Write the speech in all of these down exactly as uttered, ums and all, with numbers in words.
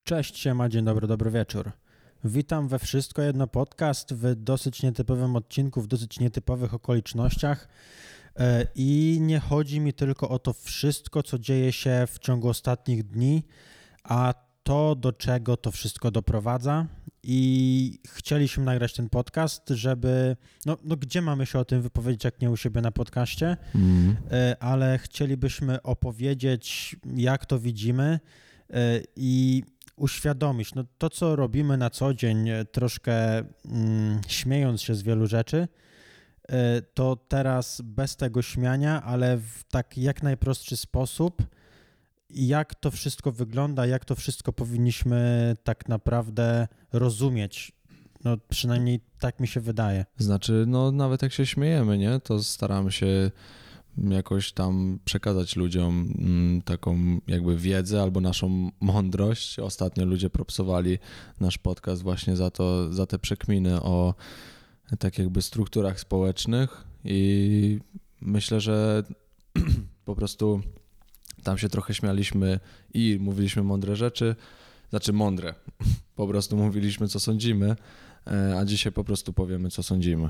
Cześć, siema, dzień dobry, dobry wieczór. Witam we Wszystko Jedno Podcast w dosyć nietypowym odcinku, w dosyć nietypowych okolicznościach i nie chodzi mi tylko o to wszystko, co dzieje się w ciągu ostatnich dni, a to, do czego to wszystko doprowadza i chcieliśmy nagrać ten podcast, żeby, no, no gdzie mamy się o tym wypowiedzieć, jak nie u siebie na podcaście, mm. ale chcielibyśmy opowiedzieć, jak to widzimy i uświadomić, no to, co robimy na co dzień, troszkę mm, śmiejąc się z wielu rzeczy, to teraz bez tego śmiania, ale w tak jak najprostszy sposób, jak to wszystko wygląda, jak to wszystko powinniśmy tak naprawdę rozumieć. No przynajmniej tak mi się wydaje. Znaczy, no nawet jak się śmiejemy, nie, to staramy się jakoś tam przekazać ludziom taką jakby wiedzę albo naszą mądrość. Ostatnio ludzie propsowali nasz podcast właśnie za to, za te przekminy o tak jakby strukturach społecznych i myślę, że po prostu tam się trochę śmialiśmy i mówiliśmy mądre rzeczy, znaczy mądre, po prostu mówiliśmy, co sądzimy, a dzisiaj po prostu powiemy, co sądzimy.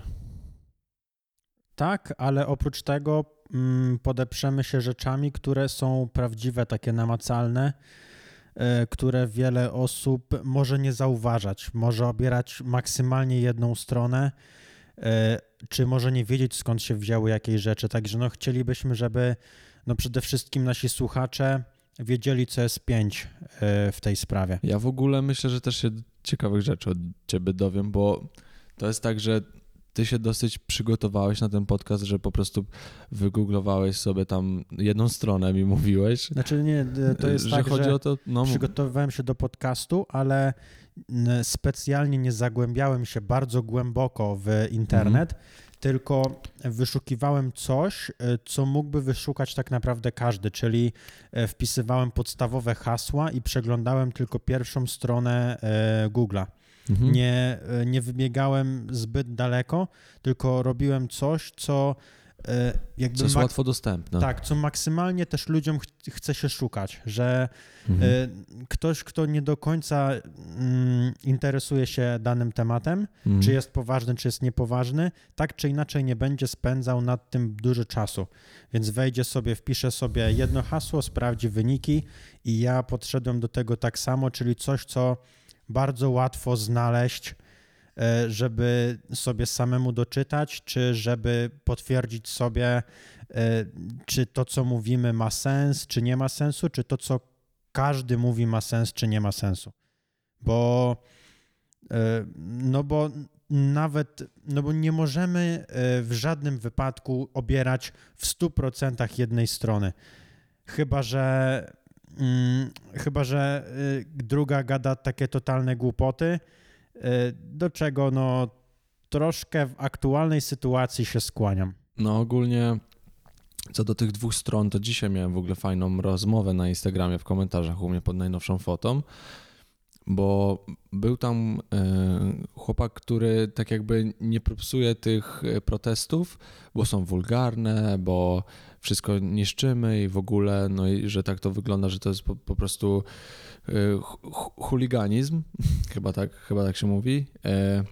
Tak, ale oprócz tego mm, podeprzemy się rzeczami, które są prawdziwe, takie namacalne, y, które wiele osób może nie zauważać, może obierać maksymalnie jedną stronę, y, czy może nie wiedzieć, skąd się wzięły jakieś rzeczy. Także no, chcielibyśmy, żeby no, przede wszystkim nasi słuchacze wiedzieli, co jest pięć y, w tej sprawie. Ja w ogóle myślę, że też się ciekawych rzeczy od ciebie dowiem, bo to jest tak, że ty się dosyć przygotowałeś na ten podcast, że po prostu wygooglowałeś sobie tam jedną stronę, mi mówiłeś. Znaczy nie, to jest że tak, chodzi że o to, no, przygotowywałem się do podcastu, ale specjalnie nie zagłębiałem się bardzo głęboko w internet, mm. tylko wyszukiwałem coś, co mógłby wyszukać tak naprawdę każdy, czyli wpisywałem podstawowe hasła i przeglądałem tylko pierwszą stronę Google'a. Mhm. Nie, nie wybiegałem zbyt daleko, tylko robiłem coś, co jakby... Co jest mak- łatwo dostępne. Tak, co maksymalnie też ludziom ch- chce się szukać, że mhm. y, ktoś, kto nie do końca y, interesuje się danym tematem, mhm. czy jest poważny, czy jest niepoważny, tak czy inaczej nie będzie spędzał nad tym dużo czasu. Więc wejdzie sobie, wpisze sobie jedno hasło, sprawdzi wyniki i ja podszedłem do tego tak samo, czyli coś, co bardzo łatwo znaleźć, żeby sobie samemu doczytać, czy żeby potwierdzić sobie, czy to, co mówimy, ma sens, czy nie ma sensu, czy to, co każdy mówi, ma sens, czy nie ma sensu. Bo, no bo nawet, no bo nie możemy w żadnym wypadku obierać w stu procentach jednej strony. Chyba, że Hmm, chyba, że y, druga gada takie totalne głupoty, y, do czego no troszkę w aktualnej sytuacji się skłaniam. No ogólnie co do tych dwóch stron, to dzisiaj miałem w ogóle fajną rozmowę na Instagramie w komentarzach u mnie pod najnowszą fotą, bo był tam y, chłopak, który tak jakby nie propsuje tych protestów, bo są wulgarne, bo wszystko niszczymy i w ogóle, no i że tak to wygląda, że to jest po, po prostu y, ch- chuliganizm, chyba tak, chyba tak się mówi. Y,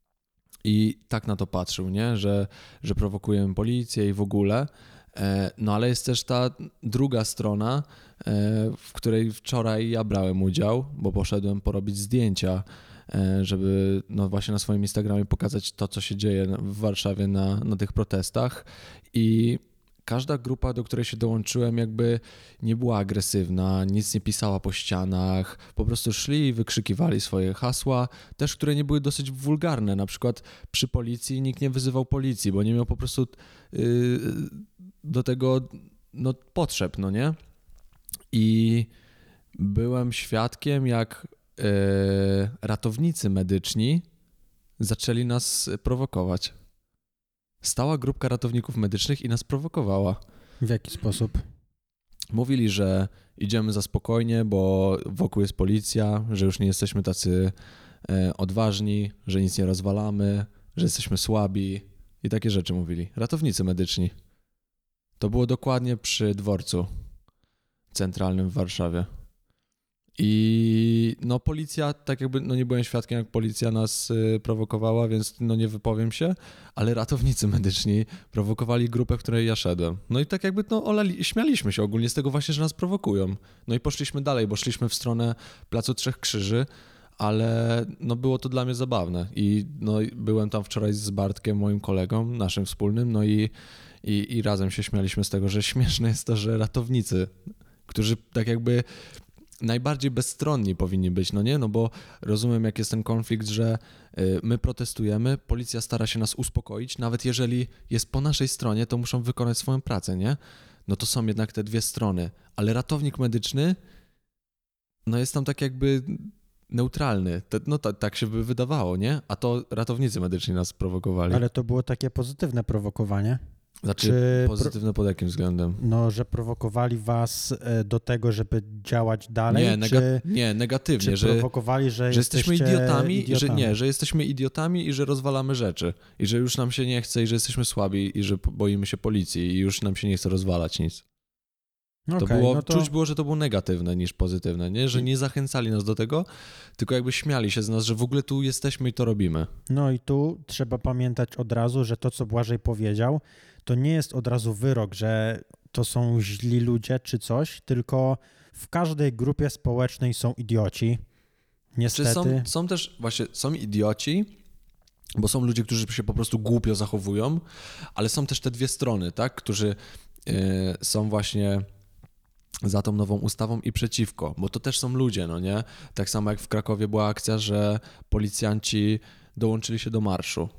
I tak na to patrzył, nie? Że, że prowokujemy policję i w ogóle. No ale jest też ta druga strona, w której wczoraj ja brałem udział, bo poszedłem porobić zdjęcia, żeby no właśnie na swoim Instagramie pokazać to, co się dzieje w Warszawie na, na tych protestach i każda grupa, do której się dołączyłem, jakby nie była agresywna, nic nie pisała po ścianach, po prostu szli i wykrzykiwali swoje hasła, też które nie były dosyć wulgarne, na przykład przy policji nikt nie wyzywał policji, bo nie miał po prostu yy, do tego no, potrzeb, no nie? I byłem świadkiem, jak yy, ratownicy medyczni zaczęli nas prowokować. Stała grupka ratowników medycznych i nas prowokowała. W jaki sposób? Mówili, że idziemy za spokojnie, bo wokół jest policja, że już nie jesteśmy tacy e, odważni, że nic nie rozwalamy, że jesteśmy słabi i takie rzeczy mówili. Ratownicy medyczni. To było dokładnie przy dworcu centralnym w Warszawie. I no policja, tak jakby, no nie byłem świadkiem, jak policja nas y, prowokowała, więc no nie wypowiem się, ale ratownicy medyczni prowokowali grupę, w której ja szedłem. No i tak jakby, no olali, śmialiśmy się ogólnie z tego właśnie, że nas prowokują. No i poszliśmy dalej, bo szliśmy w stronę Placu Trzech Krzyży, ale no było to dla mnie zabawne i no byłem tam wczoraj z Bartkiem, moim kolegą, naszym wspólnym, no i, i, i razem się śmialiśmy z tego, że śmieszne jest to, że ratownicy, którzy tak jakby najbardziej bezstronni powinni być, no nie? No bo rozumiem, jak jest ten konflikt, że my protestujemy, policja stara się nas uspokoić, nawet jeżeli jest po naszej stronie, to muszą wykonać swoją pracę, nie? No to są jednak te dwie strony, ale ratownik medyczny, no jest tam tak jakby neutralny, no ta, tak się by wydawało, nie? A to ratownicy medyczni nas prowokowali. Ale to było takie pozytywne prowokowanie. Znaczy Czy pozytywne pod jakim względem? No, że prowokowali was do tego, żeby działać dalej? Nie, nega- czy, nie negatywnie, czy że, prowokowali, że, że jesteśmy idiotami, idiotami, że nie, że jesteśmy idiotami i że rozwalamy rzeczy i że już nam się nie chce i że jesteśmy słabi i że boimy się policji i już nam się nie chce rozwalać nic. Okay, to było, no to... Czuć było, że to było negatywne niż pozytywne, nie? Że nie zachęcali nas do tego, tylko jakby śmiali się z nas, że w ogóle tu jesteśmy i to robimy. No i tu trzeba pamiętać od razu, że to, co Błażej powiedział, to nie jest od razu wyrok, że to są źli ludzie czy coś, tylko w każdej grupie społecznej są idioci. Niestety. Są, są też właśnie, są idioci, bo są ludzie, którzy się po prostu głupio zachowują, ale są też te dwie strony, tak? Którzy yy, są właśnie za tą nową ustawą i przeciwko, bo to też są ludzie, no nie? Tak samo jak w Krakowie była akcja, że policjanci dołączyli się do marszu.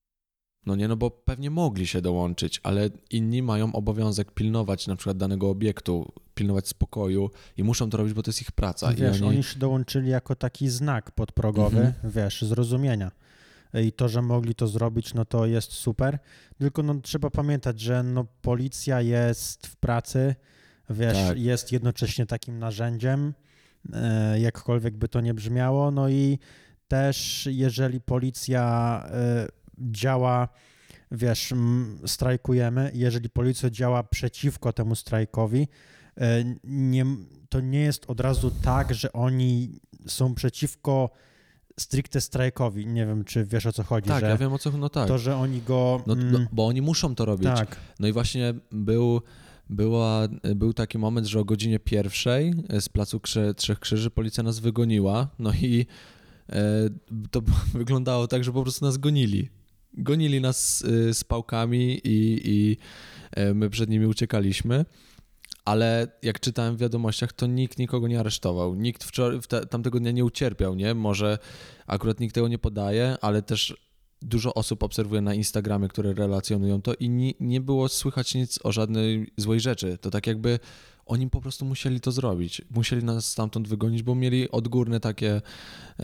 No nie, no bo pewnie mogli się dołączyć, ale inni mają obowiązek pilnować na przykład danego obiektu, pilnować spokoju i muszą to robić, bo to jest ich praca. Wiesz, I oni... oni się dołączyli jako taki znak podprogowy, mhm. wiesz, zrozumienia. I to, że mogli to zrobić, no to jest super. Tylko no trzeba pamiętać, że no policja jest w pracy, wiesz, tak. jest jednocześnie takim narzędziem, e, jakkolwiek by to nie brzmiało, no i też jeżeli policja e, działa, wiesz, m, strajkujemy, jeżeli policja działa przeciwko temu strajkowi, e, nie, to nie jest od razu tak, że oni są przeciwko stricte strajkowi. Nie wiem, czy wiesz, o co chodzi. Tak, że ja wiem, o co, no tak. To, że oni go... No, no, bo oni muszą to robić. Tak. No i właśnie był... Była, był taki moment, że o godzinie pierwszej z Placu Krze, Trzech Krzyży policja nas wygoniła, no i e, to wyglądało tak, że po prostu nas gonili. Gonili nas e, z pałkami i, i e, my przed nimi uciekaliśmy, ale jak czytałem w wiadomościach, to nikt nikogo nie aresztował. Nikt wczoraj, te, tamtego dnia nie ucierpiał, nie? Może akurat nikt tego nie podaje, ale też dużo osób obserwuję na Instagramie, które relacjonują to i nie, nie było słychać nic o żadnej złej rzeczy. To tak jakby oni po prostu musieli to zrobić. Musieli nas stamtąd wygonić, bo mieli odgórne takie... Yy...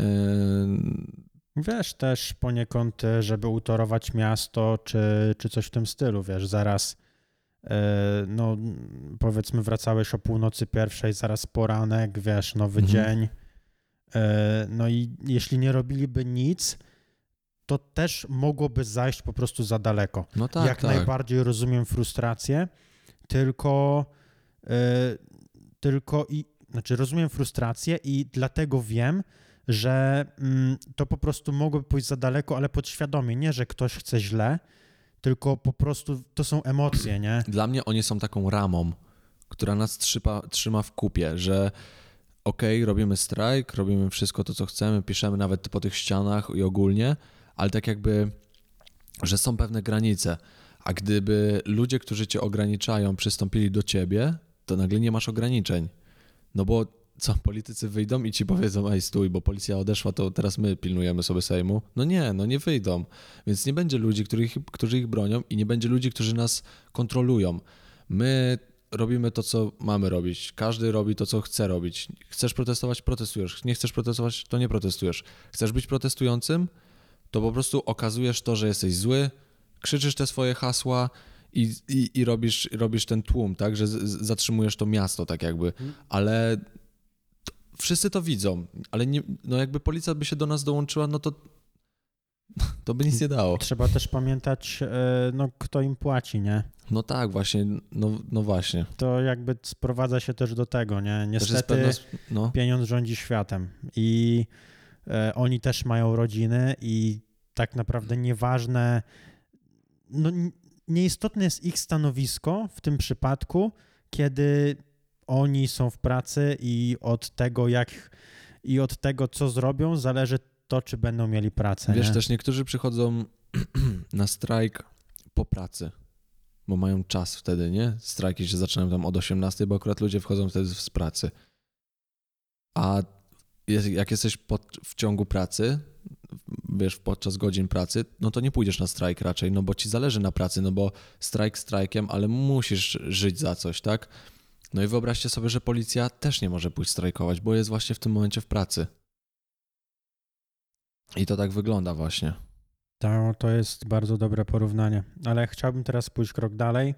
Wiesz, też poniekąd, żeby utorować miasto, czy, czy coś w tym stylu, wiesz, zaraz, yy, no powiedzmy wracałeś o północy pierwszej, zaraz poranek, wiesz, nowy mhm. dzień, yy, no i jeśli nie robiliby nic, to też mogłoby zajść po prostu za daleko. No tak, Jak tak. najbardziej rozumiem frustrację, tylko, yy, tylko i, znaczy rozumiem frustrację i dlatego wiem, że mm, to po prostu mogłoby pójść za daleko, ale podświadomie, nie, że ktoś chce źle, tylko po prostu to są emocje, nie? Dla mnie oni są taką ramą, która nas trzyma, trzyma w kupie, że okej, okay, robimy strajk, robimy wszystko to, co chcemy, piszemy nawet po tych ścianach i ogólnie, ale tak jakby, że są pewne granice, a gdyby ludzie, którzy cię ograniczają, przystąpili do ciebie, to nagle nie masz ograniczeń. No bo co, politycy wyjdą i ci powiedzą, ej stój, bo policja odeszła, to teraz my pilnujemy sobie Sejmu. No nie, no nie wyjdą. Więc nie będzie ludzi, których, którzy ich bronią i nie będzie ludzi, którzy nas kontrolują. My robimy to, co mamy robić. Każdy robi to, co chce robić. Chcesz protestować, protestujesz. Nie chcesz protestować, to nie protestujesz. Chcesz być protestującym, to po prostu okazujesz to, że jesteś zły, krzyczysz te swoje hasła i, i, i robisz, robisz ten tłum, tak, że z, zatrzymujesz to miasto tak jakby, ale to, wszyscy to widzą, ale nie, no jakby policja by się do nas dołączyła, no to To by nic nie dało. Trzeba też pamiętać, no, kto im płaci, nie? No tak, właśnie, no, no właśnie. To jakby sprowadza się też do tego, nie? Niestety pewno, no. pieniądz rządzi światem i e, oni też mają rodziny i tak naprawdę nieważne, no nieistotne jest ich stanowisko w tym przypadku, kiedy oni są w pracy i od tego, jak i od tego, co zrobią, zależy to, czy będą mieli pracę. Wiesz, nie? też niektórzy przychodzą na strajk po pracy, bo mają czas wtedy, nie? Strajki się zaczynają tam od osiemnastej, bo akurat ludzie wchodzą wtedy z pracy. A jest, jak jesteś pod, w ciągu pracy, wiesz, podczas godzin pracy, no to nie pójdziesz na strajk raczej, no bo ci zależy na pracy, no bo strajk strajkiem, ale musisz żyć za coś, tak? No i wyobraźcie sobie, że policja też nie może pójść strajkować, bo jest właśnie w tym momencie w pracy. I to tak wygląda właśnie. To, to jest bardzo dobre porównanie, ale chciałbym teraz pójść krok dalej.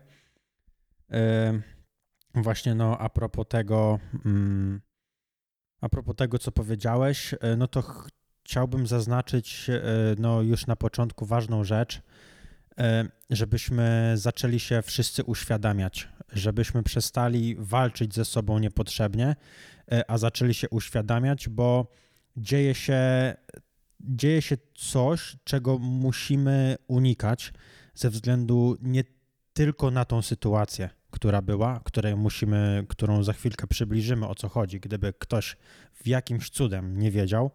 Yy, właśnie no a propos tego, yy, a propos tego, co powiedziałeś, yy, no to ch- chciałbym zaznaczyć yy, no już na początku ważną rzecz, yy, żebyśmy zaczęli się wszyscy uświadamiać, żebyśmy przestali walczyć ze sobą niepotrzebnie, yy, a zaczęli się uświadamiać, bo dzieje się dzieje się coś, czego musimy unikać ze względu nie tylko na tą sytuację, która była, której musimy, którą za chwilkę przybliżymy, o co chodzi. Gdyby ktoś w jakimś cudem nie wiedział,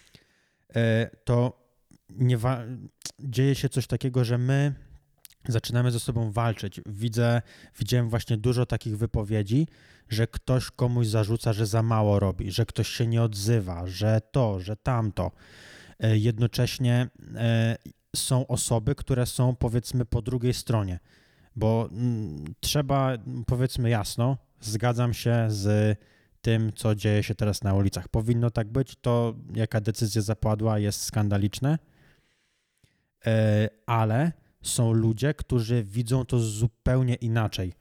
to nie wa- dzieje się coś takiego, że my zaczynamy ze sobą walczyć. Widzę, widziałem właśnie dużo takich wypowiedzi, że ktoś komuś zarzuca, że za mało robi, że ktoś się nie odzywa, że to, że tamto. Jednocześnie są osoby, które są, powiedzmy, po drugiej stronie, bo trzeba, powiedzmy jasno, zgadzam się z tym, co dzieje się teraz na ulicach. Powinno tak być, to jaka decyzja zapadła jest skandaliczne, ale są ludzie, którzy widzą to zupełnie inaczej.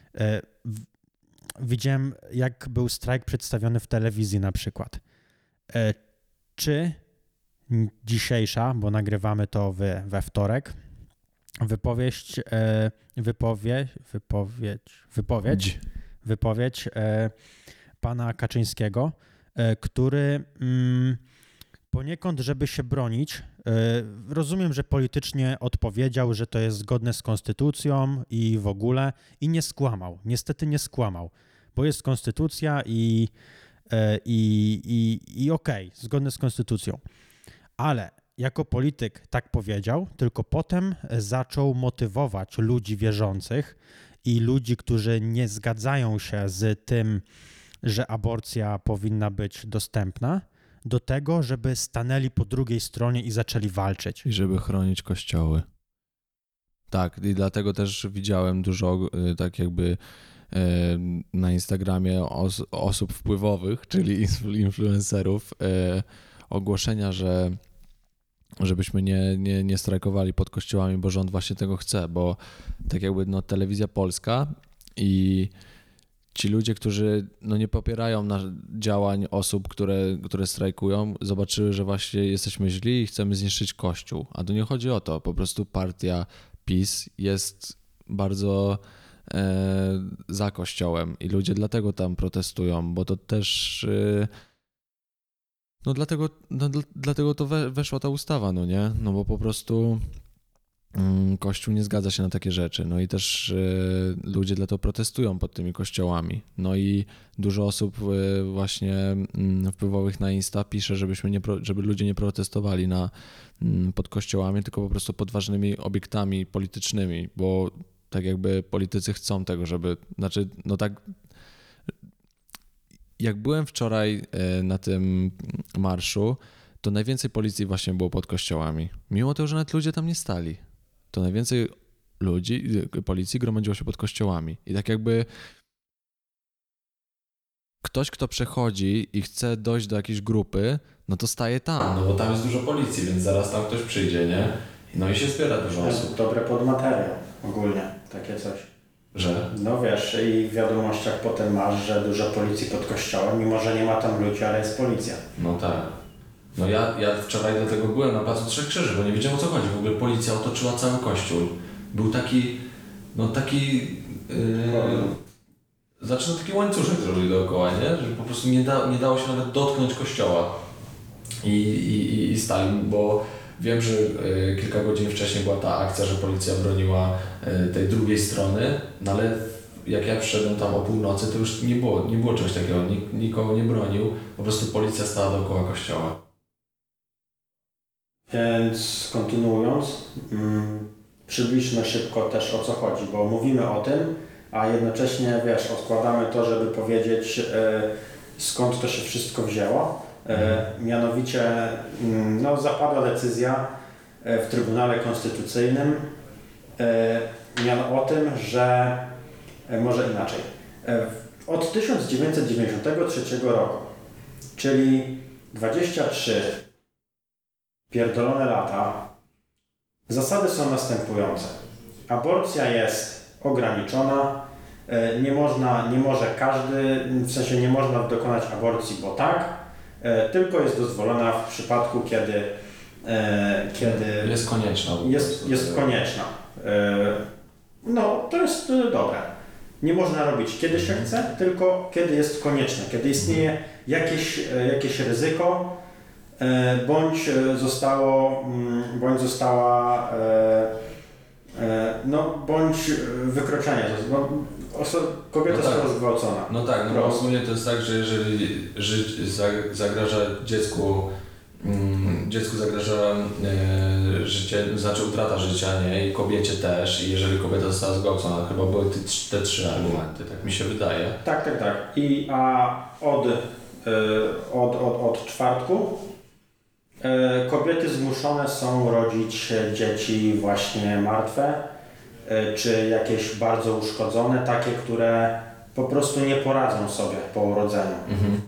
Widziałem, jak był strajk przedstawiony w telewizji na przykład. Czy dzisiejsza, bo nagrywamy to we, we wtorek, wypowiedź, e, wypowiedź, wypowiedź, wypowiedź, wypowiedź e, pana Kaczyńskiego, e, który mm, poniekąd, żeby się bronić, e, rozumiem, że politycznie odpowiedział, że to jest zgodne z konstytucją i w ogóle i nie skłamał. Niestety nie skłamał, bo jest konstytucja i, e, i, i, i okej, okay, zgodne z konstytucją. Ale jako polityk tak powiedział, tylko potem zaczął motywować ludzi wierzących i ludzi, którzy nie zgadzają się z tym, że aborcja powinna być dostępna, do tego, żeby stanęli po drugiej stronie i zaczęli walczyć. I żeby chronić kościoły. Tak, i dlatego też widziałem dużo tak jakby na Instagramie os- osób wpływowych, czyli influencerów, ogłoszenia, że żebyśmy nie, nie, nie strajkowali pod kościołami, bo rząd właśnie tego chce, bo tak jakby no, telewizja polska i ci ludzie, którzy no, nie popierają na działań osób, które, które strajkują, zobaczyły, że właśnie jesteśmy źli i chcemy zniszczyć Kościół. A tu nie chodzi o to, po prostu partia PiS jest bardzo e, za Kościołem i ludzie dlatego tam protestują, bo to też... E, No dlatego, no, dlatego to we, weszła ta ustawa, no nie? No bo po prostu mm, Kościół nie zgadza się na takie rzeczy. No i też y, ludzie dlatego protestują pod tymi kościołami. No i dużo osób y, właśnie y, wpływowych na Insta pisze, żebyśmy nie, żeby ludzie nie protestowali na, y, pod kościołami, tylko po prostu pod ważnymi obiektami politycznymi, bo tak jakby politycy chcą tego, żeby, znaczy, no tak... Jak byłem wczoraj na tym marszu, to najwięcej policji właśnie było pod kościołami. Mimo tego, że nawet ludzie tam nie stali. To najwięcej ludzi, policji gromadziło się pod kościołami. I tak jakby ktoś, kto przechodzi i chce dojść do jakiejś grupy, no to staje tam. No bo tam jest dużo policji, więc zaraz tam ktoś przyjdzie, nie? No i się zbiera dużo osób. To jest dobre podmateriał ogólnie, takie coś. Że? No wiesz, i w wiadomościach potem masz, że dużo policji pod kościołem, mimo że nie ma tam ludzi, ale jest policja. No tak. No ja, ja wczoraj do tego byłem na Placu Trzech Krzyży, bo nie wiedziałem o co chodzi. W ogóle policja otoczyła cały kościół. Był taki, no taki, yy, znaczy no taki łańcuszek zrobili dookoła, nie? Że po prostu nie, da, nie dało się nawet dotknąć kościoła. I, i, i stali, bo wiem, że y, kilka godzin wcześniej była ta akcja, że policja broniła y, tej drugiej strony, no ale jak ja przyszedłem tam o północy, to już nie było, nie było czegoś takiego, Nik, nikogo nie bronił, po prostu policja stała dookoła kościoła. Więc kontynuując, mm, przybliżmy szybko też o co chodzi, bo mówimy o tym, a jednocześnie, wiesz, odkładamy to, żeby powiedzieć, y, skąd to się wszystko wzięło. E, mianowicie no, zapadła decyzja w Trybunale Konstytucyjnym e, miano o tym, że e, może inaczej. E, od tysiąc dziewięćset dziewięćdziesiątego trzeciego roku, czyli dwadzieścia trzy pierdolone lata, zasady są następujące. Aborcja jest ograniczona, e, nie można, nie może każdy, w sensie nie można dokonać aborcji, bo tak, tylko jest dozwolona w przypadku, kiedy, e, kiedy jest konieczna. Jest, jest konieczna. E, no, to jest dobre. Nie można robić kiedy się chce, tylko kiedy jest konieczne, kiedy istnieje jakieś, jakieś ryzyko, e, bądź zostało, bądź została, e, e, no, bądź wykroczenie. No, kobieta no tak. została zgwałcona. No tak, no bo ogólnie to jest tak, że jeżeli żyć, zagraża dziecku, mm, dziecku zagraża e, życie, znaczy utrata życia, nie? I kobiecie też, i jeżeli kobieta została zgwałcona, chyba były te, te trzy argumenty, tak mi się wydaje. Tak, tak, tak. I a od, e, od, od, od czwartku e, kobiety zmuszone są rodzić dzieci właśnie martwe, czy jakieś bardzo uszkodzone, takie, które po prostu nie poradzą sobie po urodzeniu. Mhm.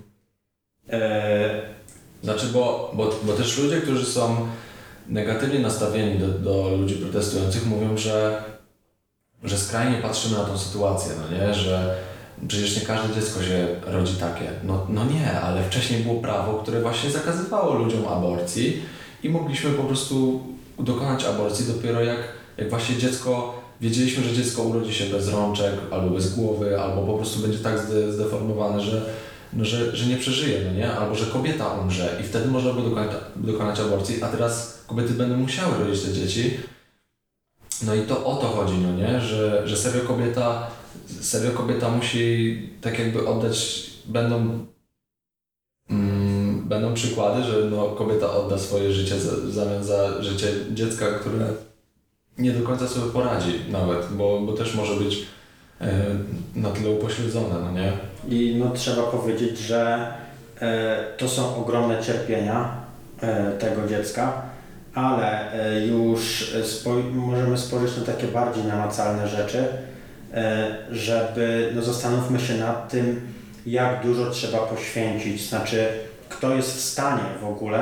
E... Znaczy, bo, bo, bo też ludzie, którzy są negatywnie nastawieni do, do ludzi protestujących, mówią, że, że skrajnie patrzymy na tą sytuację, no nie? Że przecież nie każde dziecko się rodzi takie. No, no nie, ale wcześniej było prawo, które właśnie zakazywało ludziom aborcji i mogliśmy po prostu dokonać aborcji dopiero jak, jak właśnie dziecko wiedzieliśmy, że dziecko urodzi się bez rączek, albo bez głowy, albo po prostu będzie tak zdeformowane, że, no, że, że nie przeżyje, no nie? Albo że kobieta umrze i wtedy można by dokonać, dokonać aborcji, a teraz kobiety będą musiały rodzić te dzieci. No i to o to chodzi, no nie? Że, że serio kobieta, serio kobieta musi tak jakby oddać, będą, mm, będą przykłady, że no, kobieta odda swoje życie za, w zamian za życie dziecka, które nie do końca sobie poradzi nawet, bo, bo też może być e, na tyle upośledzone, no nie? I no trzeba powiedzieć, że e, to są ogromne cierpienia e, tego dziecka, ale e, już spo- możemy spojrzeć na takie bardziej namacalne rzeczy, e, żeby, no zastanówmy się nad tym, jak dużo trzeba poświęcić, znaczy kto jest w stanie w ogóle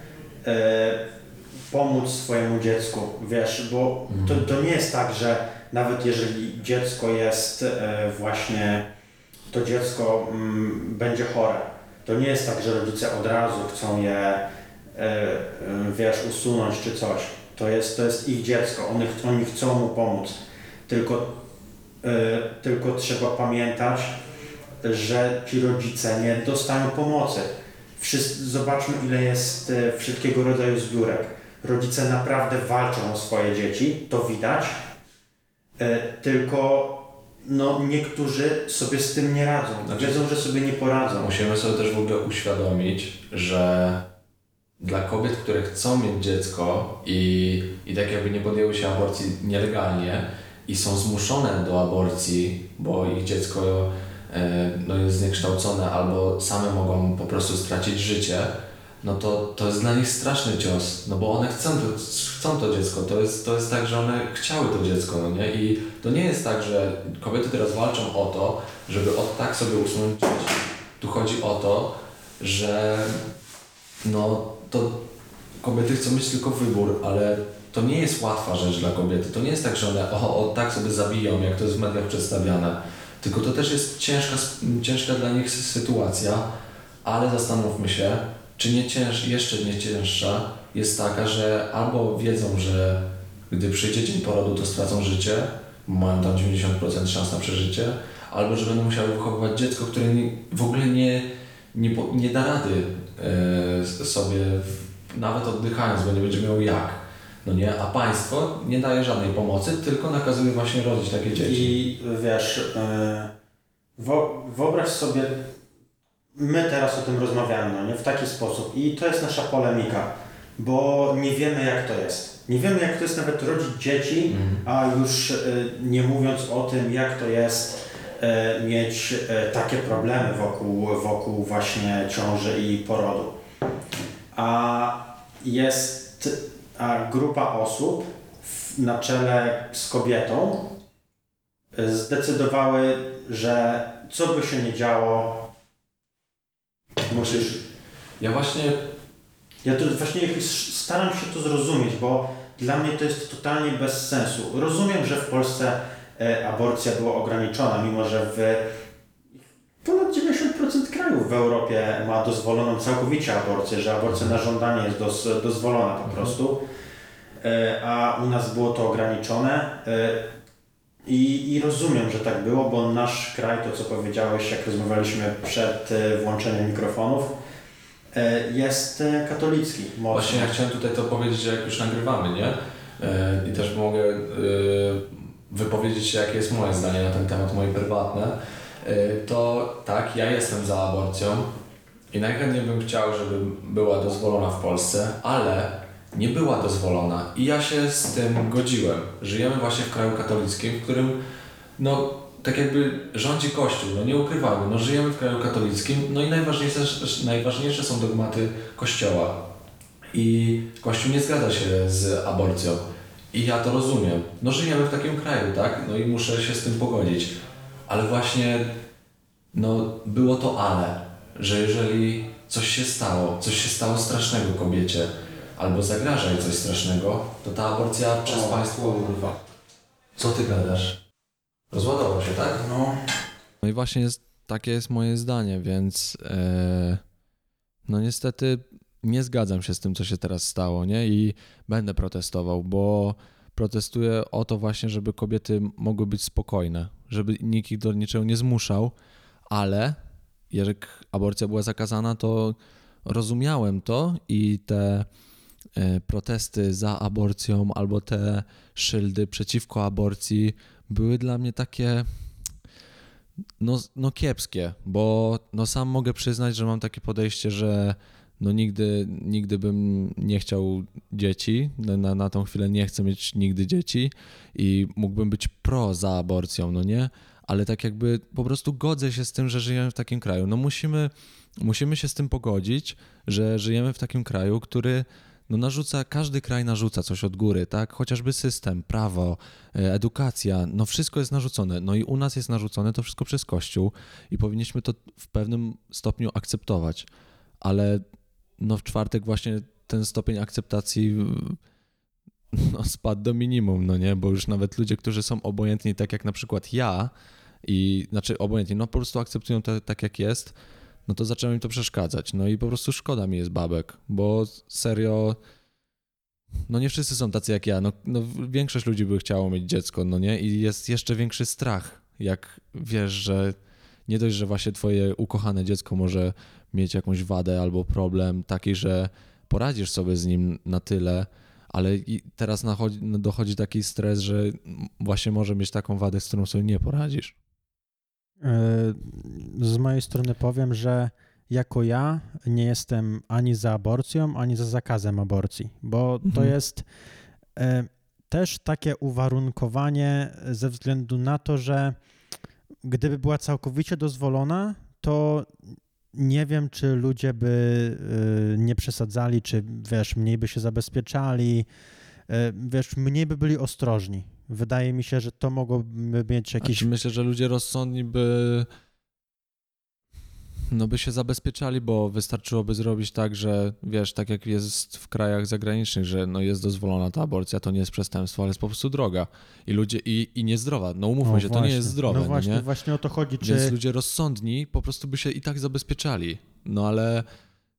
e, pomóc swojemu dziecku, wiesz, bo to, to nie jest tak, że nawet jeżeli dziecko jest e, właśnie, to dziecko m, będzie chore, to nie jest tak, że rodzice od razu chcą je, e, e, wiesz, usunąć czy coś. To jest, to jest ich dziecko, oni, oni chcą mu pomóc, tylko, e, tylko trzeba pamiętać, że ci rodzice nie dostają pomocy. Wszyscy, zobaczmy, ile jest e, wszelkiego rodzaju zbiórek. Rodzice naprawdę walczą o swoje dzieci, to widać, e, tylko no, niektórzy sobie z tym nie radzą, znaczy, wiedzą, że sobie nie poradzą. Musimy sobie też w ogóle uświadomić, że dla kobiet, które chcą mieć dziecko i, i tak jakby nie podjęły się aborcji nielegalnie i są zmuszone do aborcji, bo ich dziecko e, no, jest zniekształcone albo same mogą po prostu stracić życie, no to, to jest dla nich straszny cios, no bo one chcą to, chcą to dziecko, to jest, to jest tak, że one chciały to dziecko, no nie? I to nie jest tak, że kobiety teraz walczą o to, żeby od tak sobie usunąć dzieci. Tu chodzi o to, że no to kobiety chcą mieć tylko wybór, ale to nie jest łatwa rzecz dla kobiety. To nie jest tak, że one o, o tak sobie zabiją, jak to jest w mediach przedstawiane, tylko to też jest ciężka, ciężka dla nich sytuacja, ale zastanówmy się, czy nie cięż, jeszcze nie cięższa jest taka, że albo wiedzą, że gdy przyjdzie dzień porodu, to stracą życie, mają tam dziewięćdziesiąt procent szans na przeżycie, albo że będą musiały wychowywać dziecko, które nie, w ogóle nie, nie, nie da rady e, sobie, w, nawet oddychając, bo nie będzie miał jak. No nie? A państwo nie daje żadnej pomocy, tylko nakazuje właśnie rodzić takie dzieci. I wiesz, yy, wyobraź sobie, my teraz o tym rozmawiamy, no nie? W taki sposób i to jest nasza polemika, bo nie wiemy jak to jest. Nie wiemy jak to jest nawet rodzić dzieci, mm. a już yy, nie mówiąc o tym jak to jest yy, mieć yy, takie problemy wokół, wokół właśnie ciąży i porodu. A jest a grupa osób w, na czele z kobietą zdecydowały, że co by się nie działo, musisz... Ja właśnie... Ja to właśnie staram się to zrozumieć, bo dla mnie to jest totalnie bez sensu. Rozumiem, że w Polsce e, aborcja była ograniczona, mimo że w ponad dziewięćdziesiąt procent krajów w Europie ma dozwoloną całkowicie aborcję, że aborcja na żądanie jest doz, dozwolona po prostu, e, a u nas było to ograniczone. E, I, I rozumiem, że tak było, bo nasz kraj, to co powiedziałeś, jak rozmawialiśmy przed włączeniem mikrofonów, jest katolicki. Mocno. Właśnie ja chciałem tutaj to powiedzieć, że jak już nagrywamy, nie? I też mogę wypowiedzieć się, jakie jest moje zdanie na ten temat, moje prywatne. To tak, ja jestem za aborcją i najchętniej bym chciał, żeby była dozwolona w Polsce, ale nie była dozwolona i ja się z tym godziłem. Żyjemy właśnie w kraju katolickim, w którym no tak jakby rządzi Kościół, no nie ukrywamy, no żyjemy w kraju katolickim, no i najważniejsze, najważniejsze są dogmaty Kościoła i Kościół nie zgadza się z aborcją i ja to rozumiem. No żyjemy w takim kraju, tak? No i muszę się z tym pogodzić, ale właśnie no było to ale, że jeżeli coś się stało, coś się stało strasznego kobiecie, albo zagraża jej coś strasznego, to ta aborcja przez o, państwo... Kurwa. Co ty gadasz? Rozładował się, tak? No. No i właśnie jest, takie jest moje zdanie, więc e, no niestety nie zgadzam się z tym, co się teraz stało, nie? I będę protestował, bo protestuję o to właśnie, żeby kobiety mogły być spokojne, żeby nikt ich do niczego nie zmuszał, ale jak aborcja była zakazana, to rozumiałem to i te protesty za aborcją albo te szyldy przeciwko aborcji były dla mnie takie no, no kiepskie, bo no sam mogę przyznać, że mam takie podejście, że no nigdy, nigdy bym nie chciał dzieci, na, na tą chwilę nie chcę mieć nigdy dzieci i mógłbym być pro za aborcją, no nie? Ale tak jakby po prostu godzę się z tym, że żyjemy w takim kraju. No musimy, musimy się z tym pogodzić, że żyjemy w takim kraju, który no narzuca, każdy kraj narzuca coś od góry, tak? Chociażby system, prawo, edukacja, no wszystko jest narzucone. No i u nas jest narzucone to wszystko przez Kościół i powinniśmy to w pewnym stopniu akceptować. Ale no w czwartek właśnie ten stopień akceptacji no spadł do minimum, no nie? Bo już nawet ludzie, którzy są obojętni, tak jak na przykład ja, i znaczy obojętni, no po prostu akceptują to tak jak jest, no to zaczęło mi to przeszkadzać. No i po prostu szkoda mi jest babek, bo serio, no nie wszyscy są tacy jak ja. No, no większość ludzi by chciało mieć dziecko, no nie? I jest jeszcze większy strach, jak wiesz, że nie dość, że właśnie twoje ukochane dziecko może mieć jakąś wadę albo problem taki, że poradzisz sobie z nim na tyle, ale i teraz nachodzi, dochodzi taki stres, że właśnie może mieć taką wadę, z którą sobie nie poradzisz. Z mojej strony powiem, że jako ja nie jestem ani za aborcją, ani za zakazem aborcji, bo mhm. to jest e, też takie uwarunkowanie ze względu na to, że gdyby była całkowicie dozwolona, to nie wiem, czy ludzie by y, nie przesadzali, czy wiesz, mniej by się zabezpieczali, y, wiesz, mniej by byli ostrożni. Wydaje mi się, że to mogłoby mieć jakiś... Znaczy, myślę, że ludzie rozsądni by no by się zabezpieczali, bo wystarczyłoby zrobić tak, że wiesz, tak jak jest w krajach zagranicznych, że no jest dozwolona ta aborcja, to nie jest przestępstwo, ale jest po prostu droga. I ludzie i, i niezdrowa. No umówmy no się, właśnie. To nie jest zdrowe. No właśnie, no nie? właśnie o to chodzi. Czy... Więc ludzie rozsądni po prostu by się i tak zabezpieczali. No ale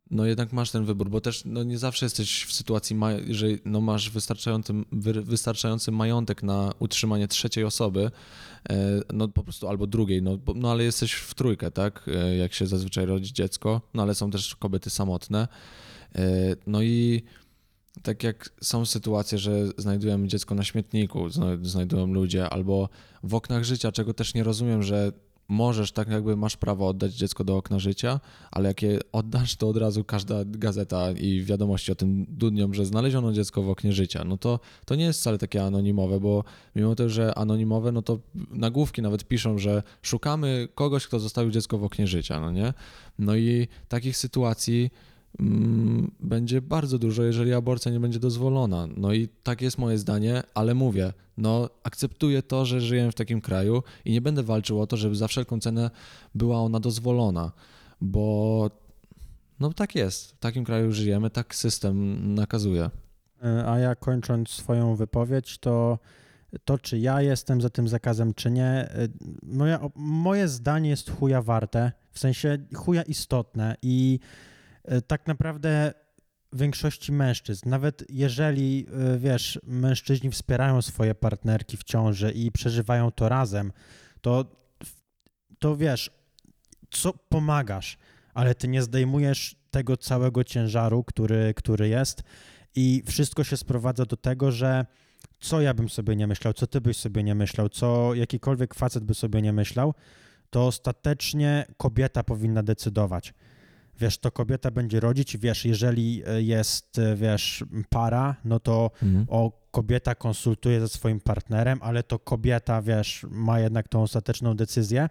no jednak masz ten wybór, bo też no nie zawsze jesteś w sytuacji, ma- że no masz wystarczający, wy- wystarczający majątek na utrzymanie trzeciej osoby, no po prostu albo drugiej, no, bo, no ale jesteś w trójkę, tak, jak się zazwyczaj rodzi dziecko, no ale są też kobiety samotne, no i tak jak są sytuacje, że znajdujemy dziecko na śmietniku, znajdują ludzie, albo w oknach życia, czego też nie rozumiem, że możesz, tak jakby masz prawo oddać dziecko do okna życia, ale jak je oddasz, to od razu każda gazeta i wiadomości o tym dudnią, że znaleziono dziecko w oknie życia. No to, to nie jest wcale takie anonimowe, bo mimo tego, że anonimowe, no to nagłówki nawet piszą, że szukamy kogoś, kto zostawił dziecko w oknie życia, no nie? No i takich sytuacji mm, będzie bardzo dużo, jeżeli aborcja nie będzie dozwolona. No i tak jest moje zdanie, ale mówię, no akceptuję to, że żyjemy w takim kraju i nie będę walczył o to, żeby za wszelką cenę była ona dozwolona, bo no tak jest, w takim kraju żyjemy, tak system nakazuje. A ja kończąc swoją wypowiedź, to to, czy ja jestem za tym zakazem, czy nie, moja, moje zdanie jest chuja warte, w sensie chuja istotne i tak naprawdę większości mężczyzn, nawet jeżeli, wiesz, mężczyźni wspierają swoje partnerki w ciąży i przeżywają to razem, to, to wiesz, co pomagasz, ale ty nie zdejmujesz tego całego ciężaru, który, który jest i wszystko się sprowadza do tego, że co ja bym sobie nie myślał, co ty byś sobie nie myślał, co jakikolwiek facet by sobie nie myślał, to ostatecznie kobieta powinna decydować. Wiesz, to kobieta będzie rodzić, wiesz, jeżeli jest, wiesz, para, no to mhm. o, kobieta konsultuje ze swoim partnerem, ale to kobieta, wiesz, ma jednak tą ostateczną decyzję,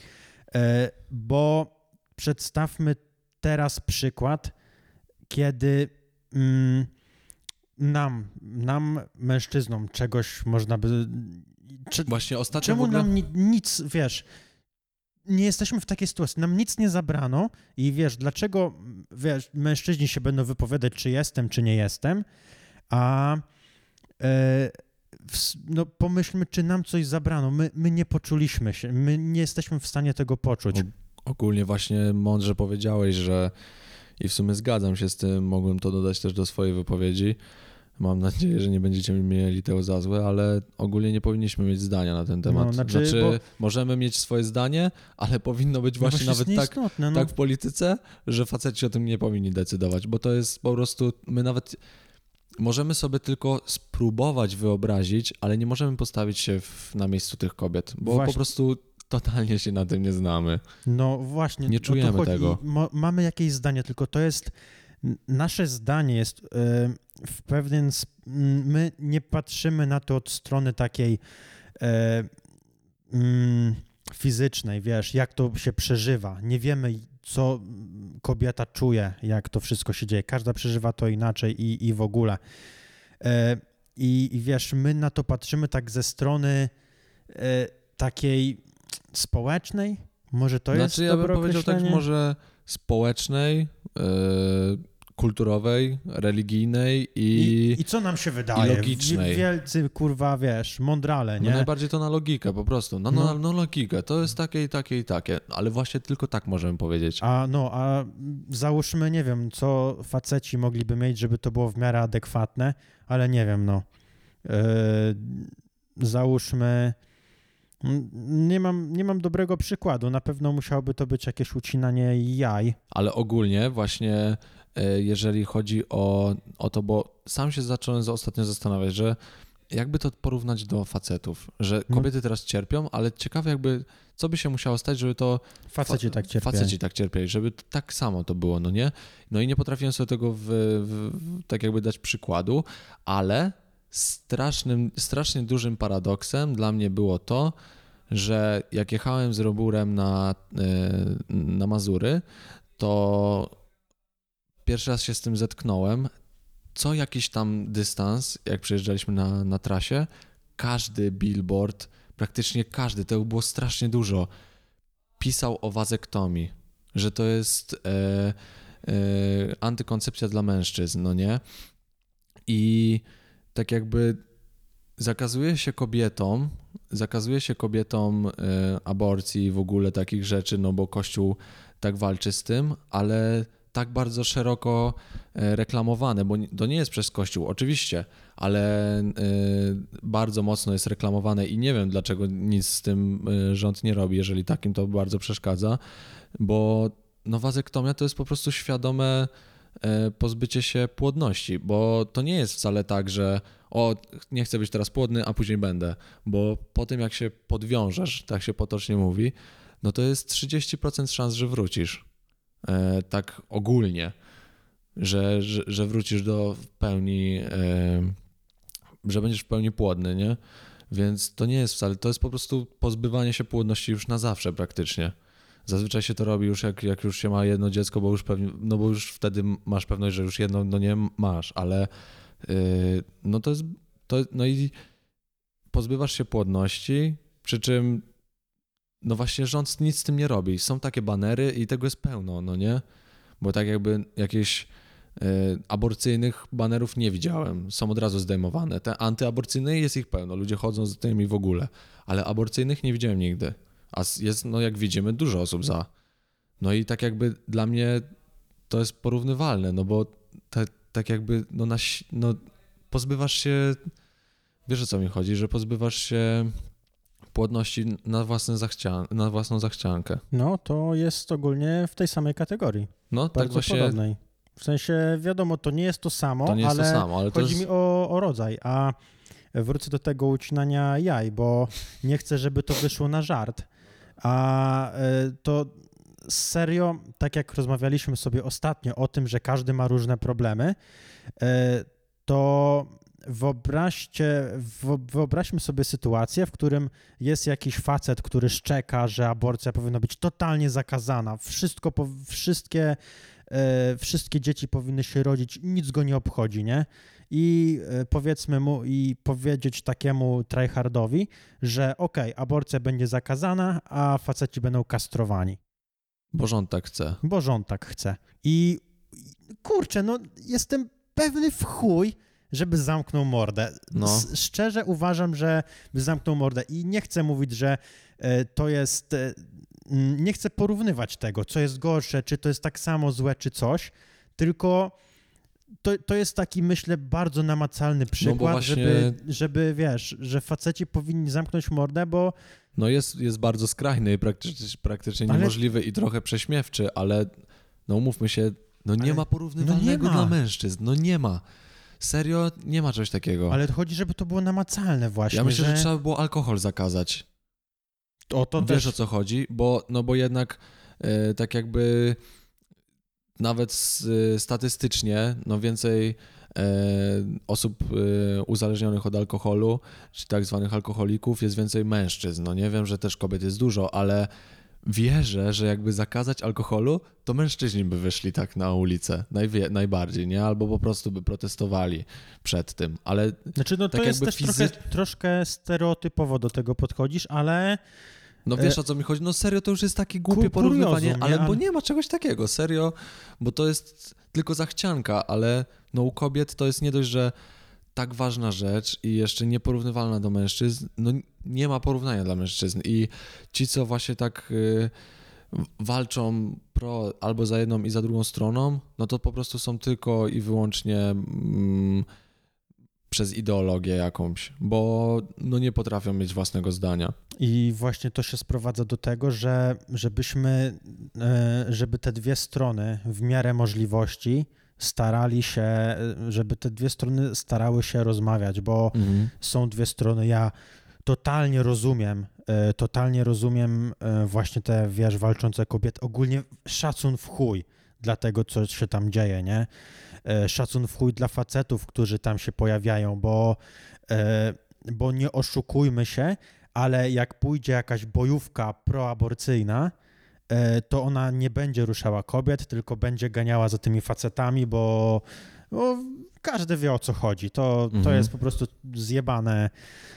bo przedstawmy teraz przykład, kiedy mm, nam, nam, mężczyznom czegoś można by... Czy, Właśnie ostatnio czemu w ogóle... nam ni, nic, wiesz... Nie jesteśmy w takiej sytuacji, nam nic nie zabrano i wiesz, dlaczego wiesz, mężczyźni się będą wypowiadać, czy jestem, czy nie jestem, a e, w, no pomyślmy, czy nam coś zabrano, my, my nie poczuliśmy się, my nie jesteśmy w stanie tego poczuć. Ogólnie właśnie mądrze powiedziałeś, że i w sumie zgadzam się z tym, mogłem to dodać też do swojej wypowiedzi. Mam nadzieję, że nie będziecie mieli tego za złe, ale ogólnie nie powinniśmy mieć zdania na ten temat. No, znaczy, znaczy bo... możemy mieć swoje zdanie, ale powinno być właśnie no nawet tak, istotne, no. tak w polityce, że faceci o tym nie powinni decydować, bo to jest po prostu, my nawet możemy sobie tylko spróbować wyobrazić, ale nie możemy postawić się w, na miejscu tych kobiet, bo właśnie. Po prostu totalnie się na tym nie znamy. No właśnie. Nie czujemy tego. Mo- mamy jakieś zdanie, tylko to jest, nasze zdanie jest... Yy... w pewien sp- my nie patrzymy na to od strony takiej e, mm, fizycznej, wiesz, jak to się przeżywa. Nie wiemy, co kobieta czuje, jak to wszystko się dzieje. Każda przeżywa to inaczej i, i w ogóle. E, i, I wiesz, my na to patrzymy tak ze strony e, takiej społecznej. Może to znaczy, jest ja bym powiedział tak, może społecznej, yy... kulturowej, religijnej i I, i co nam się wydaje? I logicznej. Wielcy, kurwa, wiesz, mądrale, nie? No najbardziej to na logikę po prostu. No, no, no. no logikę, to jest takie i takie i takie, ale właśnie tylko tak możemy powiedzieć. A no, a załóżmy, nie wiem, co faceci mogliby mieć, żeby to było w miarę adekwatne, ale nie wiem, no. Yy, załóżmy, nie mam, nie mam dobrego przykładu, na pewno musiałoby to być jakieś ucinanie jaj. Ale ogólnie właśnie jeżeli chodzi o, o to, bo sam się zacząłem ostatnio zastanawiać, że jakby to porównać do facetów, że kobiety teraz cierpią, ale ciekawe jakby, co by się musiało stać, żeby to... Faceci fa- tak cierpieli. Faceci tak cierpieli, żeby tak samo to było, no nie? No i nie potrafiłem sobie tego w, w, tak jakby dać przykładu, ale strasznym, strasznie dużym paradoksem dla mnie było to, że jak jechałem z Roburem na, na Mazury, to pierwszy raz się z tym zetknąłem. Co jakiś tam dystans, jak przejeżdżaliśmy na, na trasie, każdy billboard, praktycznie każdy, tego było strasznie dużo, pisał o wazektomii, że to jest e, e, antykoncepcja dla mężczyzn, no nie? I tak jakby zakazuje się kobietom, zakazuje się kobietom e, aborcji i w ogóle takich rzeczy, no bo Kościół tak walczy z tym, ale tak bardzo szeroko reklamowane, bo to nie jest przez Kościół, oczywiście, ale bardzo mocno jest reklamowane i nie wiem, dlaczego nic z tym rząd nie robi, jeżeli takim to bardzo przeszkadza, bo no wazektomia to jest po prostu świadome pozbycie się płodności, bo to nie jest wcale tak, że o, nie chcę być teraz płodny, a później będę, bo po tym jak się podwiążesz, tak się potocznie mówi, no to jest trzydzieści procent szans, że wrócisz, e, tak ogólnie, że, że, że wrócisz do pełni, e, że będziesz w pełni płodny, nie? Więc to nie jest wcale, to jest po prostu pozbywanie się płodności już na zawsze praktycznie. Zazwyczaj się to robi już jak, jak już się ma jedno dziecko, bo już pewnie, no bo już wtedy masz pewność, że już jedno, no nie masz, ale yy, no to jest, to, no i pozbywasz się płodności, przy czym no właśnie rząd nic z tym nie robi. Są takie banery i tego jest pełno, no nie? Bo tak jakby jakieś yy, aborcyjnych banerów nie widziałem, są od razu zdejmowane. Te antyaborcyjne jest ich pełno, ludzie chodzą z tymi w ogóle, ale aborcyjnych nie widziałem nigdy. A jest, no jak widzimy, dużo osób za. No i tak jakby dla mnie to jest porównywalne, no bo te, tak jakby no, na, no pozbywasz się, wiesz o co mi chodzi, że pozbywasz się płodności na, własne zachcian na własną zachciankę. No to jest ogólnie w tej samej kategorii. No bardzo tak właśnie. Podobnej. W sensie wiadomo, to nie jest to samo, to nie jest ale, to samo, ale to chodzi jest... mi o, o rodzaj, a wrócę do tego ucinania jaj, bo nie chcę, żeby to wyszło na żart. A to serio, tak jak rozmawialiśmy sobie ostatnio o tym, że każdy ma różne problemy, to wyobraźcie, wyobraźmy sobie sytuację, w którym jest jakiś facet, który szczeka, że aborcja powinna być totalnie zakazana, wszystko, wszystkie, wszystkie dzieci powinny się rodzić, nic go nie obchodzi, nie? I powiedzmy mu i powiedzieć takiemu tryhardowi, że okej, okay, aborcja będzie zakazana, a faceci będą kastrowani. Bo rząd tak chce. Bo rząd tak chce. I kurczę, no jestem pewny w chuj, żeby zamknął mordę. No. Szczerze uważam, że by zamknął mordę i nie chcę mówić, że to jest... Nie chcę porównywać tego, co jest gorsze, czy to jest tak samo złe, czy coś, tylko... To, to jest taki, myślę, bardzo namacalny przykład, no właśnie... żeby, żeby, wiesz, że faceci powinni zamknąć mordę, bo... No jest, jest bardzo skrajny i praktycznie, praktycznie ale... niemożliwy i trochę prześmiewczy, ale no umówmy się, no nie ale... ma porównywalnego no nie ma. Dla mężczyzn, no nie ma. Serio, nie ma czegoś takiego. Ale chodzi, żeby to było namacalne właśnie, Ja myślę, że, że trzeba by było alkohol zakazać. O, to Wiesz też... o co chodzi? Bo, no bo jednak yy, tak jakby... Nawet statystycznie, no więcej e, osób e, uzależnionych od alkoholu, czy tak zwanych alkoholików, jest więcej mężczyzn. No nie wiem, że też kobiet jest dużo, ale wierzę, że jakby zakazać alkoholu, to mężczyźni by wyszli tak na ulicę najwie, najbardziej, nie? Albo po prostu by protestowali przed tym, ale Znaczy, no to tak jest jakby też fizy... trochę, troszkę stereotypowo do tego podchodzisz, ale... No wiesz o co mi chodzi? No serio, to już jest takie głupie porównywanie, ale nie? bo nie ma czegoś takiego, serio, bo to jest tylko zachcianka, ale no u kobiet to jest nie dość, że tak ważna rzecz i jeszcze nieporównywalna do mężczyzn, no nie ma porównania dla mężczyzn i ci, co właśnie tak y, walczą pro albo za jedną i za drugą stroną, no to po prostu są tylko i wyłącznie... Mm, przez ideologię jakąś, bo no nie potrafią mieć własnego zdania. I właśnie to się sprowadza do tego, że żebyśmy, żeby te dwie strony w miarę możliwości starali się, żeby te dwie strony starały się rozmawiać, bo mhm. są dwie strony. Ja totalnie rozumiem, totalnie rozumiem właśnie te, wiesz, walczące kobiety. Ogólnie szacun w chuj dla tego, co się tam dzieje, nie? Szacun w chuj dla facetów, którzy tam się pojawiają, bo, bo nie oszukujmy się, ale jak pójdzie jakaś bojówka proaborcyjna, to ona nie będzie ruszała kobiet, tylko będzie ganiała za tymi facetami, bo, bo każdy wie, o co chodzi. To, mhm. to jest po prostu zjebane,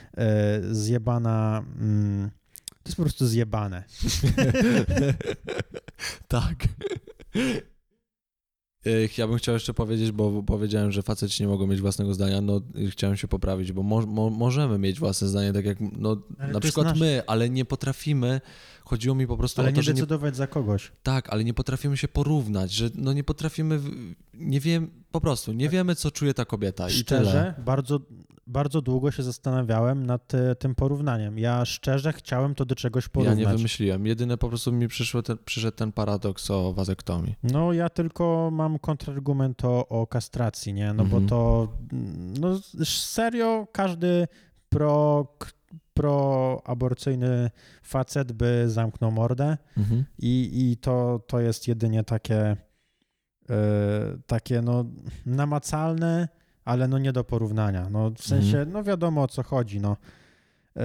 zjebana... To jest po prostu zjebane. Tak. Ja bym chciał jeszcze powiedzieć, bo powiedziałem, że faceci nie mogą mieć własnego zdania, no chciałem się poprawić, bo mo- mo- możemy mieć własne zdanie, tak jak no, na przykład nasz... my, ale nie potrafimy, chodziło mi po prostu ale o to, nie że decydować nie... za kogoś. Tak, ale nie potrafimy się porównać, że no nie potrafimy, nie wiem, po prostu nie wiemy, co czuje ta kobieta i szczerze, tyle. bardzo, bardzo długo się zastanawiałem nad y, tym porównaniem. Ja szczerze chciałem to do czegoś porównać. Ja nie wymyśliłem, jedyne po prostu mi przyszło ten, przyszedł ten paradoks o wazektomii. No ja tylko mam kontrargument o, o kastracji, nie? No mhm. bo to, no serio, każdy pro, proaborcyjny facet by zamknął mordę mhm. i, i to, to jest jedynie takie, yy, takie no namacalne, ale no nie do porównania. No w sensie, mhm. no wiadomo o co chodzi, no. Yy,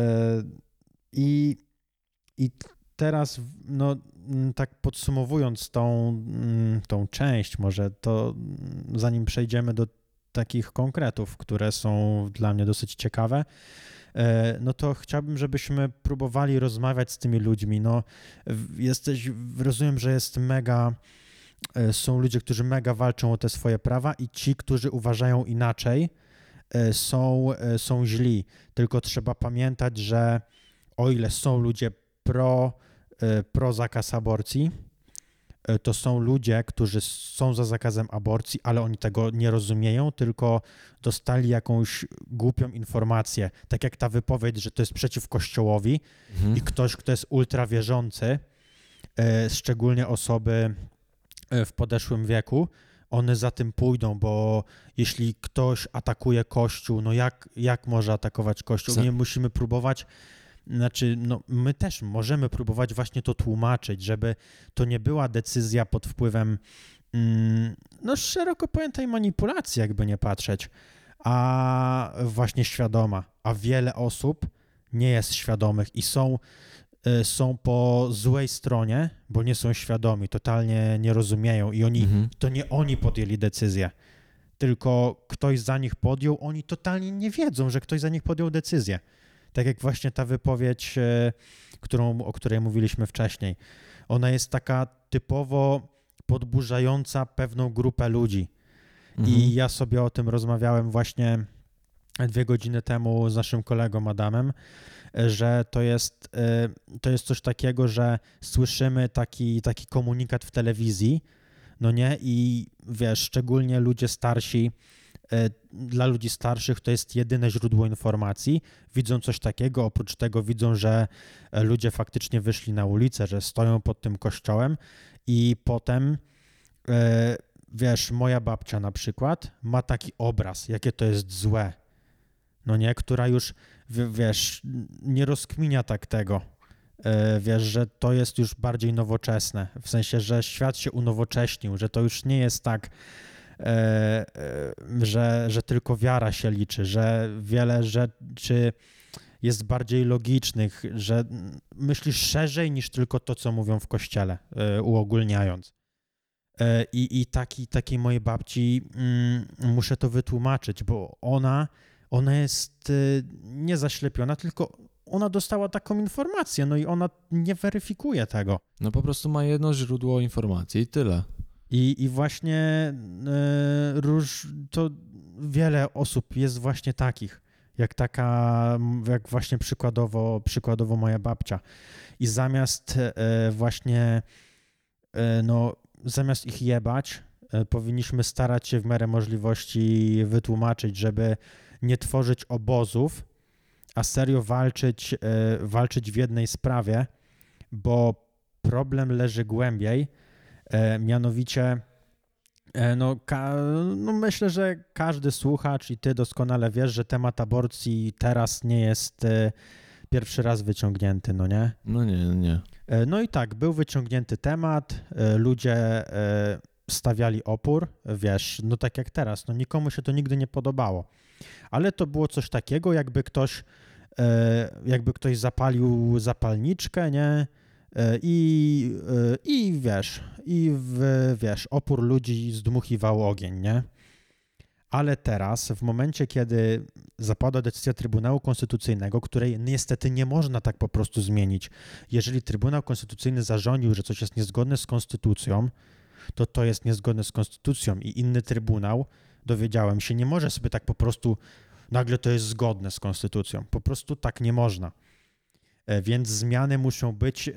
i, I teraz, no tak podsumowując tą, tą część może, to zanim przejdziemy do takich konkretów, które są dla mnie dosyć ciekawe, no to chciałbym, żebyśmy próbowali rozmawiać z tymi ludźmi. No, jesteś, rozumiem, że jest mega, są ludzie, którzy mega walczą o te swoje prawa i ci, którzy uważają inaczej, są, są źli. Tylko trzeba pamiętać, że o ile są ludzie pro, pro zakaz aborcji, to są ludzie, którzy są za zakazem aborcji, ale oni tego nie rozumieją, tylko dostali jakąś głupią informację. Tak jak ta wypowiedź, że to jest przeciw Kościołowi mhm. i ktoś, kto jest ultrawierzący, szczególnie osoby w podeszłym wieku, one za tym pójdą, bo jeśli ktoś atakuje Kościół, no jak, jak może atakować Kościół? My musimy próbować. Znaczy, no, my też możemy próbować właśnie to tłumaczyć, żeby to nie była decyzja pod wpływem mm, no, szeroko pojętej manipulacji, jakby nie patrzeć, a właśnie świadoma. A wiele osób nie jest świadomych i są, y, są po złej stronie, bo nie są świadomi, totalnie nie rozumieją i oni, mhm. to nie oni podjęli decyzję, tylko ktoś za nich podjął, oni totalnie nie wiedzą, że ktoś za nich podjął decyzję. Tak jak właśnie ta wypowiedź, którą, o której mówiliśmy wcześniej. Ona jest taka typowo podburzająca pewną grupę ludzi. Mhm. I ja sobie o tym rozmawiałem właśnie dwie godziny temu z naszym kolegą Adamem, że to jest, to jest coś takiego, że słyszymy taki, taki komunikat w telewizji, no nie? I wiesz, szczególnie ludzie starsi, dla ludzi starszych to jest jedyne źródło informacji. Widzą coś takiego, oprócz tego widzą, że ludzie faktycznie wyszli na ulicę, że stoją pod tym kościołem i potem, wiesz, moja babcia na przykład ma taki obraz, jakie to jest złe, no nie, która już, wiesz, nie rozkminia tak tego, wiesz, że to jest już bardziej nowoczesne, w sensie, że świat się unowocześnił, że to już nie jest tak, że, że tylko wiara się liczy, że wiele rzeczy jest bardziej logicznych, że myślisz szerzej niż tylko to, co mówią w kościele, uogólniając. I, i taki, takiej mojej babci mm, muszę to wytłumaczyć, bo ona, ona jest nie zaślepiona, tylko ona dostała taką informację, no i ona nie weryfikuje tego. No po prostu ma jedno źródło informacji i tyle. I, i właśnie y, róż, to wiele osób jest właśnie takich, jak taka, jak właśnie przykładowo, przykładowo moja babcia. I zamiast y, właśnie, y, no, zamiast ich jebać, y, powinniśmy starać się w miarę możliwości wytłumaczyć, żeby nie tworzyć obozów, a serio walczyć, y, walczyć w jednej sprawie, bo problem leży głębiej. E, mianowicie, e, no, ka, no myślę, że każdy słuchacz i ty doskonale wiesz, że temat aborcji teraz nie jest e, pierwszy raz wyciągnięty, no nie? No nie, nie. E, no i tak, był wyciągnięty temat, e, ludzie e, stawiali opór, wiesz, no tak jak teraz, no nikomu się to nigdy nie podobało, ale to było coś takiego, jakby ktoś, e, jakby ktoś zapalił zapalniczkę, nie? I, i wiesz, i w, wiesz, opór ludzi zdmuchiwał ogień, nie? Ale teraz, w momencie, kiedy zapadła decyzja Trybunału Konstytucyjnego, której niestety nie można tak po prostu zmienić, jeżeli Trybunał Konstytucyjny zarządził, że coś jest niezgodne z Konstytucją, to to jest niezgodne z konstytucją i inny trybunał, dowiedziałem się, nie może sobie tak po prostu, nagle to jest zgodne z konstytucją. Po prostu tak nie można. Więc zmiany muszą być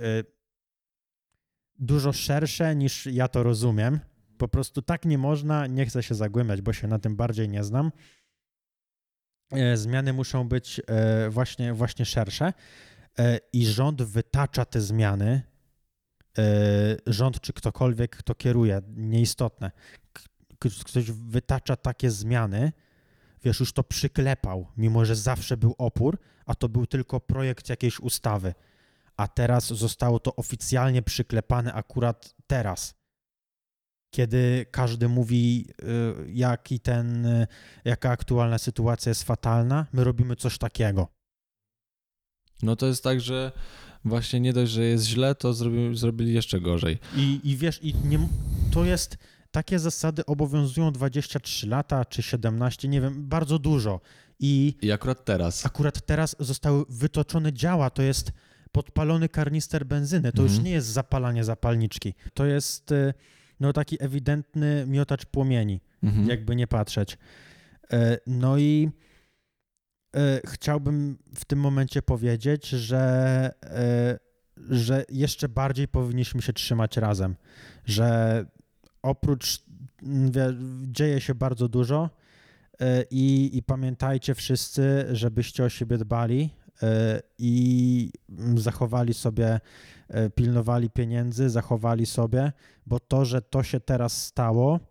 dużo szersze niż ja to rozumiem. Po prostu tak nie można, nie chcę się zagłębiać, bo się na tym bardziej nie znam. Zmiany muszą być właśnie, właśnie szersze i rząd wytacza te zmiany. Rząd czy ktokolwiek, kto kieruje, nieistotne. Ktoś wytacza takie zmiany, wiesz, już to przyklepał, mimo że zawsze był opór, a to był tylko projekt jakiejś ustawy. A teraz zostało to oficjalnie przyklepane akurat teraz, kiedy każdy mówi, jaki ten, jaka aktualna sytuacja jest fatalna, my robimy coś takiego. No to jest tak, że właśnie nie dość, że jest źle, to zrobili, zrobili jeszcze gorzej. I, i wiesz, i nie, to jest, takie zasady obowiązują dwadzieścia trzy lata czy siedemnaście, nie wiem, bardzo dużo. I, I akurat teraz. Akurat teraz zostały wytoczone działa, to jest podpalony karnister benzyny, to mhm. już nie jest zapalanie zapalniczki, to jest no taki ewidentny miotacz płomieni, mhm. jakby nie patrzeć. No i chciałbym w tym momencie powiedzieć, że, że jeszcze bardziej powinniśmy się trzymać razem, że oprócz, wie, dzieje się bardzo dużo i, i pamiętajcie wszyscy, żebyście o siebie dbali i zachowali sobie, pilnowali pieniędzy, zachowali sobie, bo to, że to się teraz stało,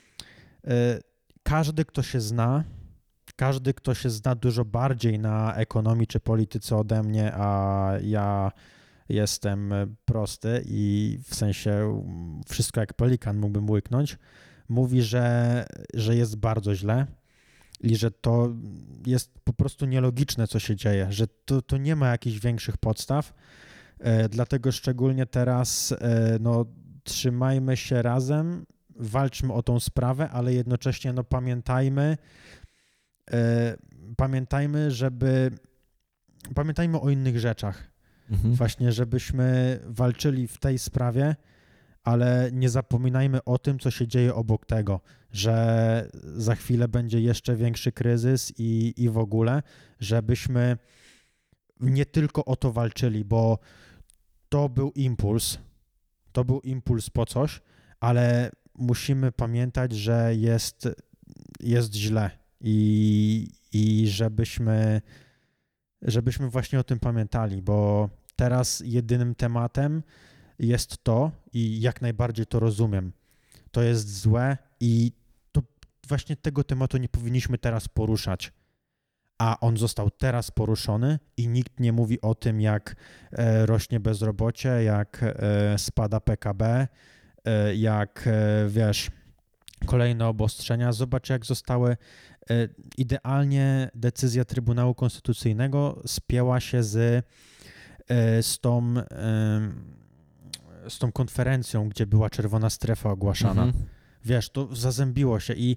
każdy, kto się zna, każdy, kto się zna dużo bardziej na ekonomii czy polityce ode mnie, a ja jestem prosty i w sensie wszystko jak pelikan mógłbym łyknąć, mówi, że, że jest bardzo źle i że to jest po prostu nielogiczne, co się dzieje, że to, to nie ma jakichś większych podstaw, e, dlatego szczególnie teraz e, no, trzymajmy się razem, walczmy o tą sprawę, ale jednocześnie no, pamiętajmy, e, pamiętajmy, żeby pamiętajmy o innych rzeczach. Mhm. Właśnie, żebyśmy walczyli w tej sprawie, ale nie zapominajmy o tym, co się dzieje obok tego, że za chwilę będzie jeszcze większy kryzys i, i w ogóle, żebyśmy nie tylko o to walczyli, bo to był impuls, to był impuls po coś, ale musimy pamiętać, że jest, jest źle i, i żebyśmy, żebyśmy właśnie o tym pamiętali, bo teraz jedynym tematem jest to i jak najbardziej to rozumiem. To jest złe i to właśnie tego tematu nie powinniśmy teraz poruszać. A on został teraz poruszony i nikt nie mówi o tym, jak e, rośnie bezrobocie, jak e, spada P K B, e, jak, e, wiesz, kolejne obostrzenia. Zobacz, jak zostały e, idealnie decyzja Trybunału Konstytucyjnego spięła się z, e, z tą... E, z tą konferencją, gdzie była czerwona strefa ogłaszana. Mhm. Wiesz, to zazębiło się i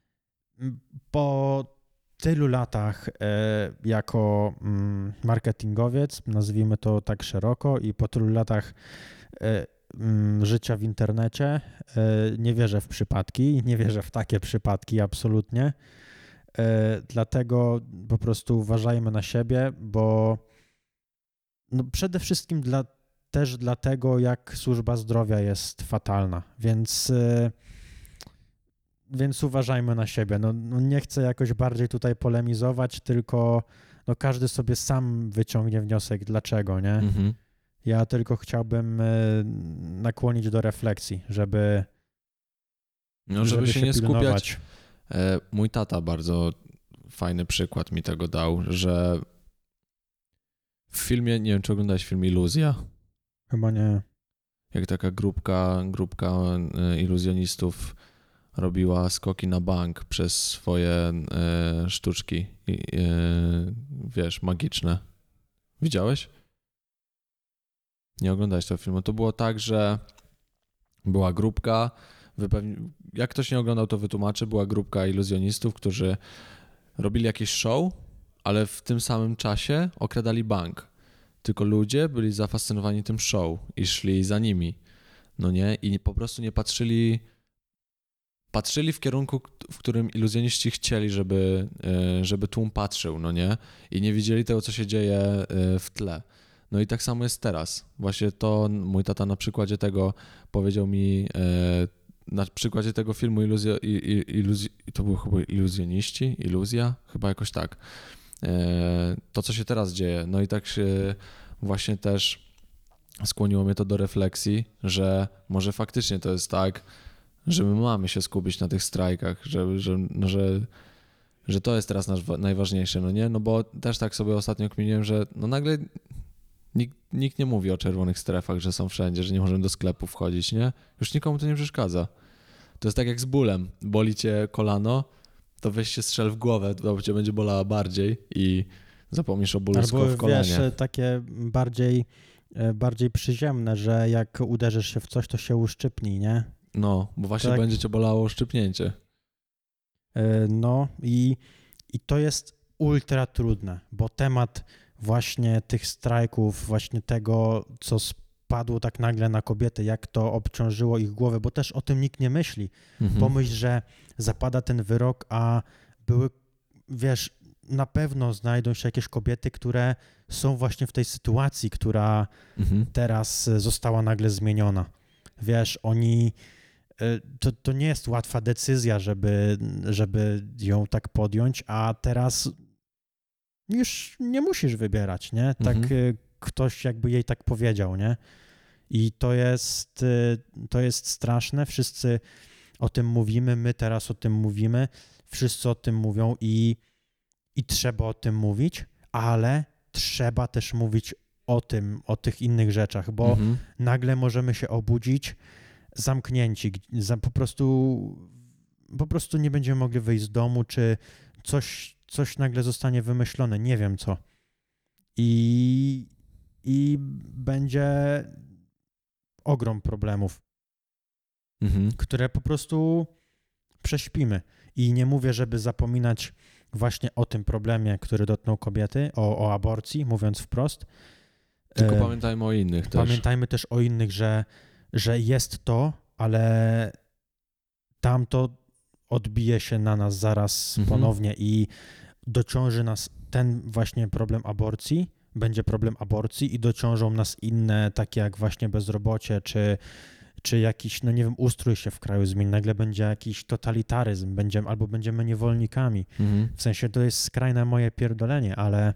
po tylu latach e, jako mm, marketingowiec, nazwijmy to tak szeroko, i po tylu latach e, mm, życia w internecie e, nie wierzę w przypadki, nie wierzę w takie przypadki absolutnie. E, dlatego po prostu uważajmy na siebie, bo no przede wszystkim dla też dlatego, jak służba zdrowia jest fatalna, więc, yy, więc uważajmy na siebie. No, no nie chcę jakoś bardziej tutaj polemizować, tylko no każdy sobie sam wyciągnie wniosek, dlaczego, nie? Mhm. Ja tylko chciałbym yy, nakłonić do refleksji, żeby no, żeby, żeby się, się nie pilnować. skupiać. E, mój tata bardzo fajny przykład mi tego dał, że w filmie, nie wiem, czy oglądałeś film Iluzja? Chyba nie. Jak taka grupka, grupka iluzjonistów robiła skoki na bank przez swoje e, sztuczki, e, wiesz, magiczne. Widziałeś? Nie oglądałeś tego filmu. To było tak, że była grupka, wypełni... jak ktoś nie oglądał, to wytłumaczę, była grupka iluzjonistów, którzy robili jakieś show, ale w tym samym czasie okradali bank. Tylko ludzie byli zafascynowani tym show i szli za nimi. no nie, i po prostu nie patrzyli, patrzyli w kierunku, w którym iluzjoniści chcieli, żeby, żeby tłum patrzył, no nie, i nie widzieli tego, co się dzieje w tle. No i tak samo jest teraz. Właśnie to mój tata na przykładzie tego powiedział mi, na przykładzie tego filmu Iluzja, iluzji, to był chyba Iluzjoniści, Iluzja, chyba jakoś tak. To, co się teraz dzieje. No i tak się właśnie też skłoniło mnie to do refleksji, że może faktycznie to jest tak, że my mamy się skupić na tych strajkach, że, że, no, że, że to jest teraz nasz, najważniejsze, no nie? No bo też tak sobie ostatnio kminiłem, że no nagle nikt, nikt nie mówi o czerwonych strefach, że są wszędzie, że nie możemy do sklepu wchodzić, nie? Już nikomu to nie przeszkadza. To jest tak jak z bólem. Boli cię kolano, to weź się strzel w głowę, to cię będzie bolała bardziej i zapomnisz o bólu w kolanie. Albo wiesz, takie bardziej, bardziej przyziemne, że jak uderzysz się w coś, to się uszczypnij, nie? No, bo właśnie tak. Będzie cię bolało szczypnięcie. No i, i to jest ultra trudne, bo temat właśnie tych strajków, właśnie tego, co spadło tak nagle na kobiety, jak to obciążyło ich głowę, bo też o tym nikt nie myśli. Mhm. Pomyśl, że zapada ten wyrok, a były, wiesz, na pewno znajdą się jakieś kobiety, które są właśnie w tej sytuacji, która mhm. teraz została nagle zmieniona. Wiesz, oni... To, to nie jest łatwa decyzja, żeby, żeby ją tak podjąć, a teraz już nie musisz wybierać, nie? Tak mhm. ktoś jakby jej tak powiedział, nie? I to jest, to jest straszne. Wszyscy o tym mówimy, my teraz o tym mówimy, wszyscy o tym mówią i, i trzeba o tym mówić, ale trzeba też mówić o tym, o tych innych rzeczach, bo mhm. nagle możemy się obudzić zamknięci, po prostu, po prostu nie będziemy mogli wyjść z domu, czy coś, coś nagle zostanie wymyślone, nie wiem co. I, i będzie ogrom problemów, mhm. które po prostu prześpimy. I nie mówię, żeby zapominać właśnie o tym problemie, który dotknął kobiety, o, o aborcji, mówiąc wprost. Tylko e, pamiętajmy o innych też. Pamiętajmy też o innych, że że jest to, ale tamto odbije się na nas zaraz mhm. ponownie i dociąży nas ten właśnie problem aborcji, będzie problem aborcji i dociążą nas inne, takie jak właśnie bezrobocie, czy, czy jakiś, no nie wiem, ustrój się w kraju zmieni, nagle będzie jakiś totalitaryzm, będziemy, albo będziemy niewolnikami. Mhm. W sensie to jest skrajne moje pierdolenie, ale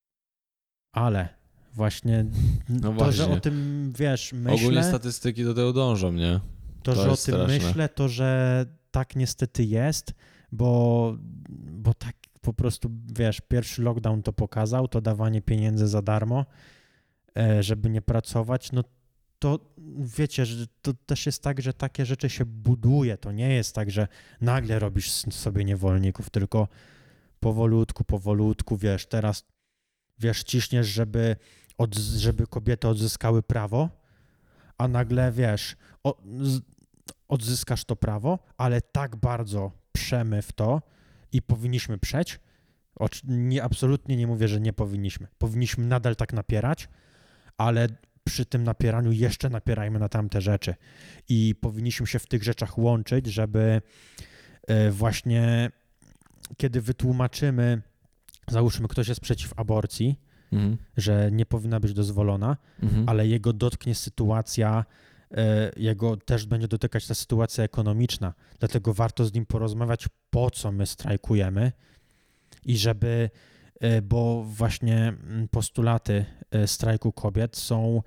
ale... Właśnie no to, właśnie. Że o tym, wiesz, myślę... Ogólnie statystyki do tego dążą, nie? To, to że o tym straszne. myślę, to, że tak niestety jest, bo, bo tak po prostu, wiesz, pierwszy lockdown to pokazał, to dawanie pieniędzy za darmo, żeby nie pracować, no to wiecie, że to też jest tak, że takie rzeczy się buduje, to nie jest tak, że nagle robisz sobie niewolników, tylko powolutku, powolutku, wiesz, teraz, wiesz, ciśniesz, żeby... Od, żeby kobiety odzyskały prawo, a nagle, wiesz, o, z, odzyskasz to prawo, ale tak bardzo przemy w to i powinniśmy przeć, o, nie, absolutnie nie mówię, że nie powinniśmy. Powinniśmy nadal tak napierać, ale przy tym napieraniu jeszcze napierajmy na tamte rzeczy i powinniśmy się w tych rzeczach łączyć, żeby y, właśnie kiedy wytłumaczymy, załóżmy, ktoś jest przeciw aborcji, Mhm. że nie powinna być dozwolona, mhm. ale jego dotknie sytuacja, jego też będzie dotykać ta sytuacja ekonomiczna, dlatego warto z nim porozmawiać, po co my strajkujemy i żeby, bo właśnie postulaty strajku kobiet są,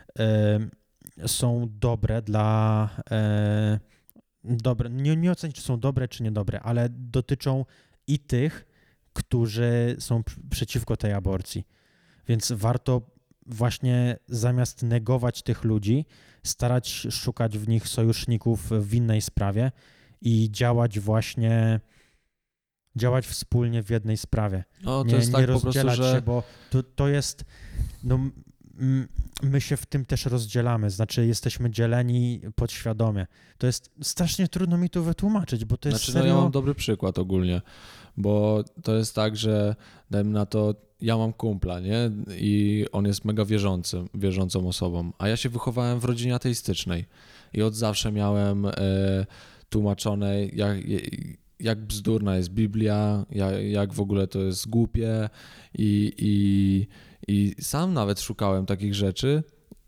są dobre dla, dobre, nie, nie ocenić, czy są dobre, czy niedobre, ale dotyczą i tych, którzy są przeciwko tej aborcji. Więc warto właśnie zamiast negować tych ludzi, starać się szukać w nich sojuszników w innej sprawie i działać właśnie, działać wspólnie w jednej sprawie. O, to nie jest tak nie po rozdzielać prostu, że... się, bo to, to jest, no my się w tym też rozdzielamy, znaczy jesteśmy dzieleni podświadomie. To jest strasznie trudno mi to wytłumaczyć, bo to jest znaczy, serio... no ja mam dobry przykład ogólnie, bo to jest tak, że dajmy na to ja mam kumpla, nie? I on jest mega wierzącym, wierzącą osobą, a ja się wychowałem w rodzinie ateistycznej i od zawsze miałem e, tłumaczone, jak, jak bzdurna jest Biblia, jak, jak w ogóle to jest głupie i, i, i sam nawet szukałem takich rzeczy,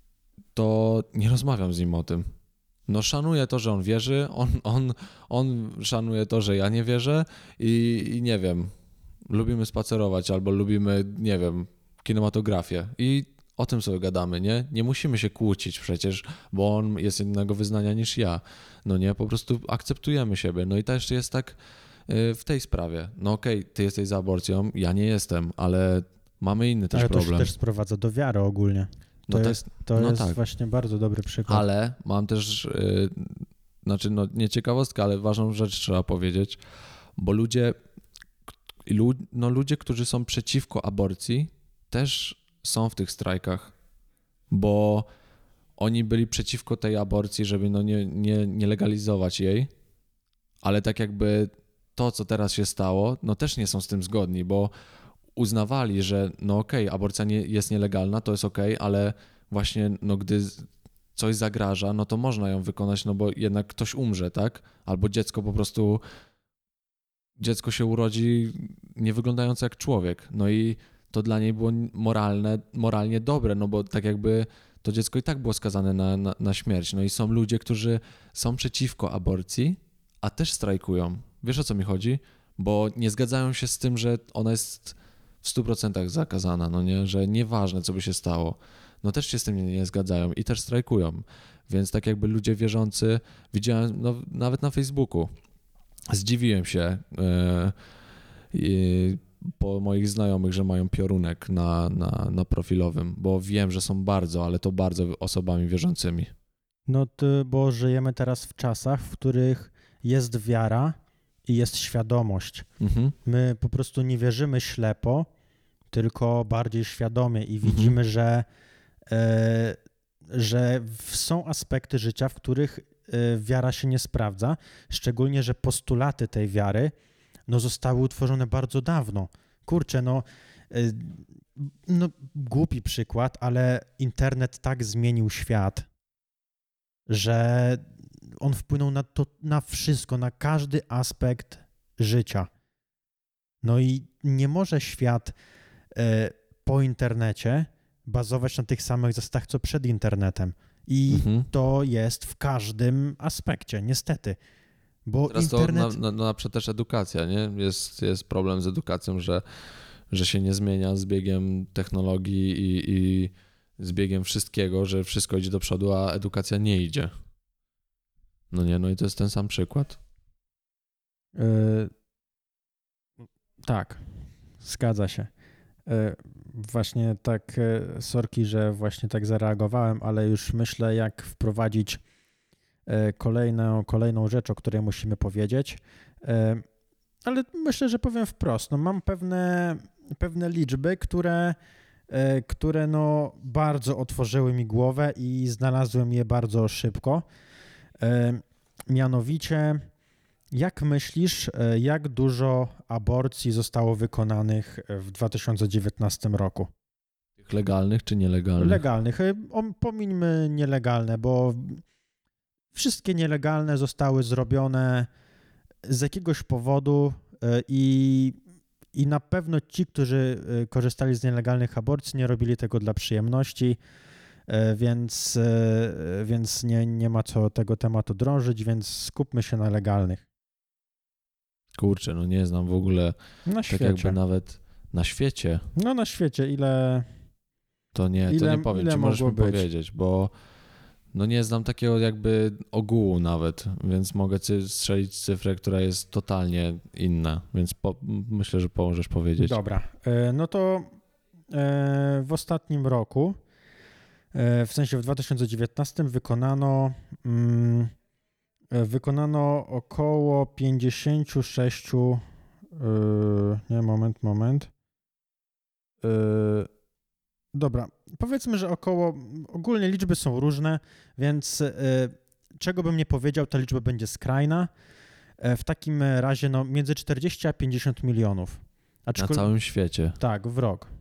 to nie rozmawiam z nim o tym. No szanuję to, że on wierzy, on, on, on szanuje to, że ja nie wierzę i, i nie wiem, lubimy spacerować albo lubimy, nie wiem, kinematografię i o tym sobie gadamy, nie? Nie musimy się kłócić przecież, bo on jest innego wyznania niż ja. No nie, po prostu akceptujemy siebie. No i też jest tak w tej sprawie. No okej, okay, ty jesteś za aborcją, ja nie jestem, ale mamy inny też ale to problem. się też sprowadza do wiary ogólnie. To no jest, tak, to no jest tak. właśnie bardzo dobry przykład. Ale mam też, yy, znaczy no nie ciekawostkę, ale ważną rzecz trzeba powiedzieć, bo ludzie, no ludzie, którzy są przeciwko aborcji, też są w tych strajkach, bo oni byli przeciwko tej aborcji, żeby no nie, nie, nie legalizować jej, ale tak jakby to, co teraz się stało, no też nie są z tym zgodni, bo uznawali, że no okej, okay, aborcja nie, jest nielegalna, to jest okej, okay, ale właśnie no gdy coś zagraża, no to można ją wykonać, no bo jednak ktoś umrze, tak? Albo dziecko po prostu, dziecko się urodzi nie wyglądające jak człowiek, no i to dla niej było moralne, moralnie dobre, no bo tak jakby to dziecko i tak było skazane na, na, na śmierć. No i są ludzie, którzy są przeciwko aborcji, a też strajkują. Wiesz, o co mi chodzi? Bo nie zgadzają się z tym, że ona jest w stu procentach zakazana, no nie? Że nieważne, co by się stało. No też się z tym nie, nie zgadzają i też strajkują. Więc tak jakby ludzie wierzący, widziałem no, nawet na Facebooku, zdziwiłem się yy, yy, po moich znajomych, że mają piorunek na, na, na profilowym, bo wiem, że są bardzo, ale to bardzo osobami wierzącymi. No to, bo żyjemy teraz w czasach, w których jest wiara i jest świadomość. Mhm. My po prostu nie wierzymy ślepo, tylko bardziej świadomie i mhm. widzimy, że, e, że są aspekty życia, w których e, wiara się nie sprawdza, szczególnie, że postulaty tej wiary no, zostały utworzone bardzo dawno. Kurczę, no, e, no głupi przykład, ale internet tak zmienił świat, że on wpłynął na to, na wszystko, na każdy aspekt życia. No i nie może świat e, po internecie bazować na tych samych zasadach, co przed internetem. I mhm. to jest w każdym aspekcie, niestety. Bo Teraz internet... to na, na, na przykład też edukacja, nie? Jest, jest problem z edukacją, że, że się nie zmienia z biegiem technologii i, i z biegiem wszystkiego, że wszystko idzie do przodu, a edukacja nie idzie. No nie, no i to jest ten sam przykład. Yy, tak, zgadza się. Yy, właśnie tak, yy, sorki, że właśnie tak zareagowałem, ale już myślę, jak wprowadzić yy, kolejną, kolejną rzecz, o której musimy powiedzieć. Yy, ale myślę, że powiem wprost. No, mam pewne, pewne liczby, które, yy, które no bardzo otworzyły mi głowę i znalazłem je bardzo szybko. Mianowicie, jak myślisz, jak dużo aborcji zostało wykonanych w dwa tysiące dziewiętnastym roku? Tych legalnych czy nielegalnych? Legalnych. Pomińmy nielegalne, bo wszystkie nielegalne zostały zrobione z jakiegoś powodu i, i na pewno ci, którzy korzystali z nielegalnych aborcji, nie robili tego dla przyjemności. Więc, więc nie, nie ma co tego tematu drążyć, więc skupmy się na legalnych. Kurczę, no nie znam w ogóle, na tak świecie. jakby nawet na świecie. No na świecie, ile... To nie, ile, to nie powiem, czy możesz mi być? powiedzieć, bo no nie znam takiego jakby ogółu nawet, więc mogę strzelić cyfrę, która jest totalnie inna, więc po, myślę, że możesz powiedzieć. Dobra, no to w ostatnim roku, w sensie w dwa tysiące dziewiętnastym wykonano, mm, wykonano około pięćdziesiąt sześć, yy, nie, moment, moment, yy, dobra, powiedzmy, że około, ogólnie liczby są różne, więc yy, czego bym nie powiedział, ta liczba będzie skrajna, w takim razie no między czterdzieści a pięćdziesiąt milionów. Aczkol- Na całym świecie. Tak, w rok.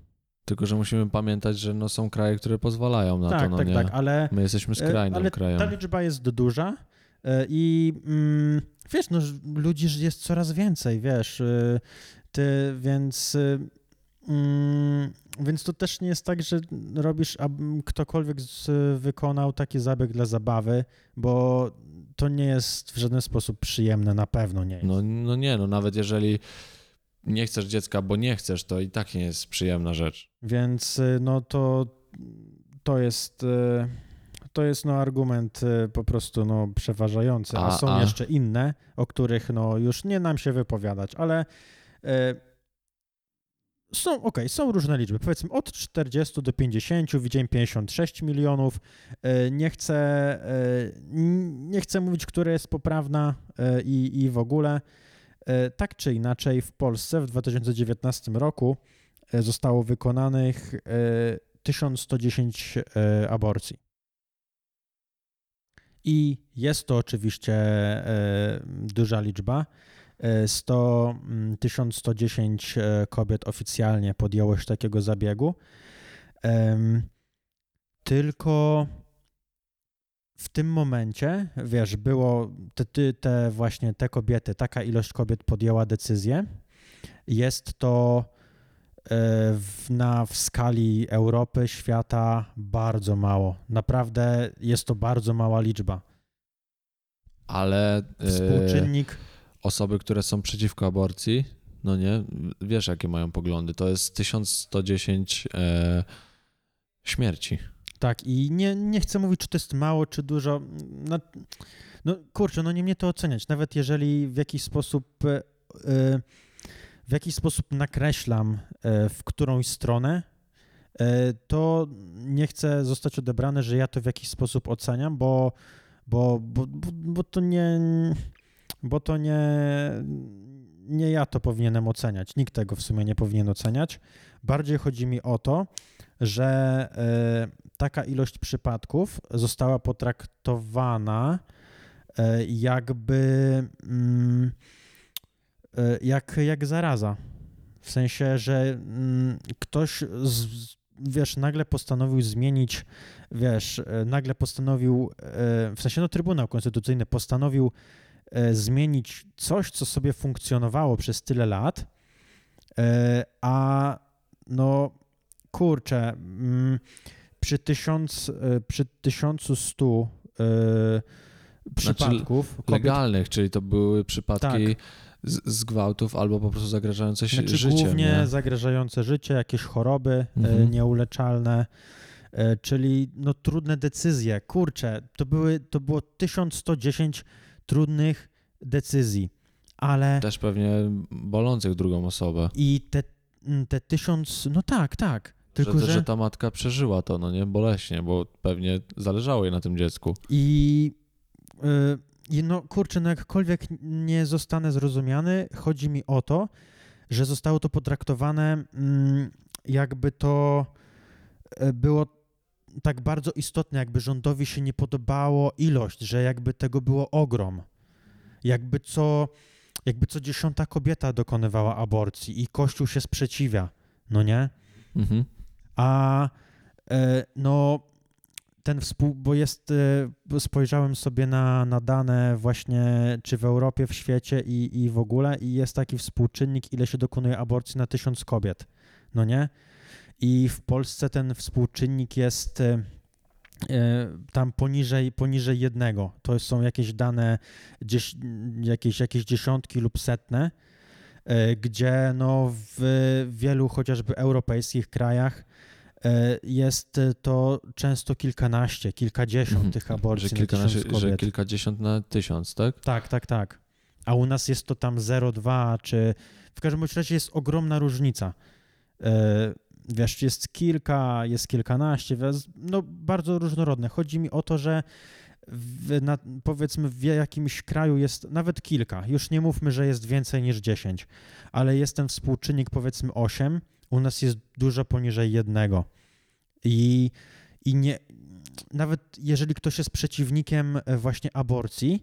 Tylko że musimy pamiętać, że no są kraje, które pozwalają na tak, to, no tak, nie? tak, ale my jesteśmy skrajnym ale krajem. Ta liczba jest duża i mm, wiesz, no ludzi jest coraz więcej, wiesz, ty, więc mm, więc to też nie jest tak, że robisz, aby ktokolwiek z, wykonał taki zabieg dla zabawy, bo to nie jest w żaden sposób przyjemne, na pewno nie jest. No, no nie, no nawet jeżeli nie chcesz dziecka, bo nie chcesz, to i tak nie jest przyjemna rzecz. Więc no to to jest to jest no argument po prostu no przeważający, a, a są a... jeszcze inne, o których no już nie nam się wypowiadać, ale e, są, okej, okay, są różne liczby, powiedzmy od czterdziestu do pięćdziesięciu, widziałem pięćdziesiąt sześć milionów, e, nie chcę e, nie chcę mówić, która jest poprawna e, i, i w ogóle. Tak czy inaczej w Polsce w dwa tysiące dziewiętnastym roku zostało wykonanych tysiąc sto dziesięć aborcji. I jest to oczywiście duża liczba. tysiąc sto dziesięć kobiet oficjalnie podjęło się takiego zabiegu. Tylko w tym momencie, wiesz, było te, te właśnie te kobiety, taka ilość kobiet podjęła decyzję. Jest to w, na w skali Europy, świata bardzo mało. Naprawdę jest to bardzo mała liczba. Ale współczynnik... Yy, osoby, które są przeciwko aborcji, no nie, wiesz jakie mają poglądy, to jest tysiąc sto dziesięć yy, śmierci. Tak, i nie, nie chcę mówić, czy to jest mało, czy dużo. No, no kurczę, no nie mnie to oceniać. Nawet jeżeli w jakiś sposób yy, w jakiś sposób nakreślam yy, w którąś stronę, yy, to nie chcę zostać odebrane, że ja to w jakiś sposób oceniam, bo, bo, bo, bo, bo to nie bo to nie nie ja to powinienem oceniać. Nikt tego w sumie nie powinien oceniać. Bardziej chodzi mi o to, że yy, taka ilość przypadków została potraktowana jakby jak, jak zaraza. W sensie, że ktoś, z, wiesz, nagle postanowił zmienić, wiesz, nagle postanowił, w sensie, no Trybunał Konstytucyjny postanowił zmienić coś, co sobie funkcjonowało przez tyle lat, a no kurczę, przy, tysiąc, przy tysiącu stu yy, przypadków... Znaczy, kobiet... legalnych, czyli to były przypadki tak. z, z gwałtów albo po prostu zagrażające się znaczy, życiem. Głównie nie? zagrażające życie, jakieś choroby mhm. yy, nieuleczalne, yy, czyli no trudne decyzje. Kurczę, to, były, to było tysiąc sto dziesięć trudnych decyzji, ale... Też pewnie bolących drugą osobę. I te, te tysiąc... No tak, tak. Tylko, że, że... że ta matka przeżyła to, no nie, boleśnie, bo pewnie zależało jej na tym dziecku. I yy, no kurczę, no jakkolwiek nie zostanę zrozumiany, chodzi mi o to, że zostało to potraktowane yy, jakby to yy, było tak bardzo istotne, jakby rządowi się nie podobało ilość, że jakby tego było ogrom. Jakby co, jakby co dziesiąta kobieta dokonywała aborcji i Kościół się sprzeciwia, no nie? Mhm. A no ten współ, bo jest, spojrzałem sobie na, na dane właśnie czy w Europie, w świecie i, i w ogóle i jest taki współczynnik, ile się dokonuje aborcji na tysiąc kobiet, no nie? I w Polsce ten współczynnik jest tam poniżej, poniżej jednego. To są jakieś dane, gdzieś, jakieś, jakieś dziesiątki lub setne, gdzie no w wielu chociażby europejskich krajach jest to często kilkanaście, kilkadziesiąt mhm. tych aborcji że na tysiąc kobiet. Że kilkadziesiąt na tysiąc, tak? Tak, tak, tak. A u nas jest to tam zero przecinek dwa, czy w każdym razie jest ogromna różnica. Wiesz, jest kilka, jest kilkanaście, no bardzo różnorodne. Chodzi mi o to, że w, na, powiedzmy w jakimś kraju jest nawet kilka, już nie mówmy, że jest więcej niż dziesięć, ale jest ten współczynnik powiedzmy osiem, u nas jest dużo poniżej jednego. I, i nie, nawet jeżeli ktoś jest przeciwnikiem właśnie aborcji,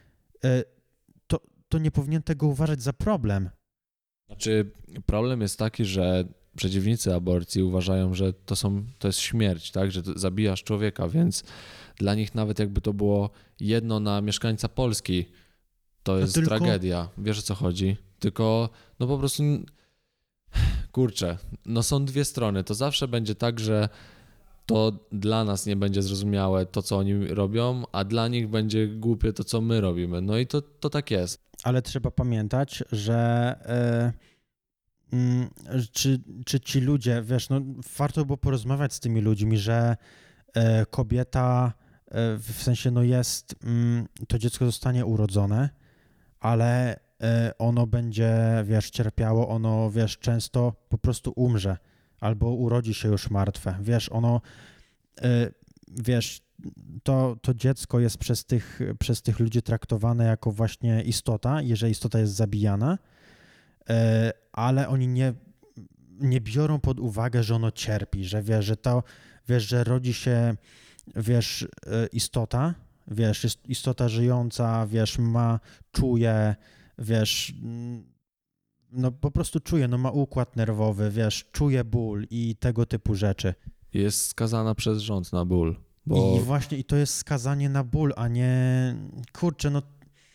to, to nie powinien tego uważać za problem. Znaczy, problem jest taki, że przeciwnicy aborcji uważają, że to, są, to jest śmierć, tak? Że zabijasz człowieka, więc dla nich nawet jakby to było jedno na mieszkańca Polski, to jest tylko... tragedia. Wiesz, o co chodzi? Tylko no po prostu kurczę, no są dwie strony. To zawsze będzie tak, że to dla nas nie będzie zrozumiałe to, co oni robią, a dla nich będzie głupie to, co my robimy. No i to, to tak jest. Ale trzeba pamiętać, że yy, yy, czy, czy ci ludzie, wiesz, no warto było porozmawiać z tymi ludźmi, że yy, kobieta yy, w sensie, no jest, yy, to dziecko zostanie urodzone, ale yy, ono będzie, wiesz, cierpiało, ono, wiesz, często po prostu umrze albo urodzi się już martwe. Wiesz, ono, yy, wiesz, To, to dziecko jest przez tych, przez tych ludzi traktowane jako właśnie istota, jeżeli istota jest zabijana, ale oni nie, nie biorą pod uwagę, że ono cierpi, że wiesz, że to, wiesz, że rodzi się, wiesz, istota, wiesz, jest istota żyjąca, wiesz, ma, czuje, wiesz, no po prostu czuje, no ma układ nerwowy, wiesz, czuje ból i tego typu rzeczy. Jest skazana przez rząd na ból. Bo... I właśnie i to jest skazanie na ból, a nie, kurczę, no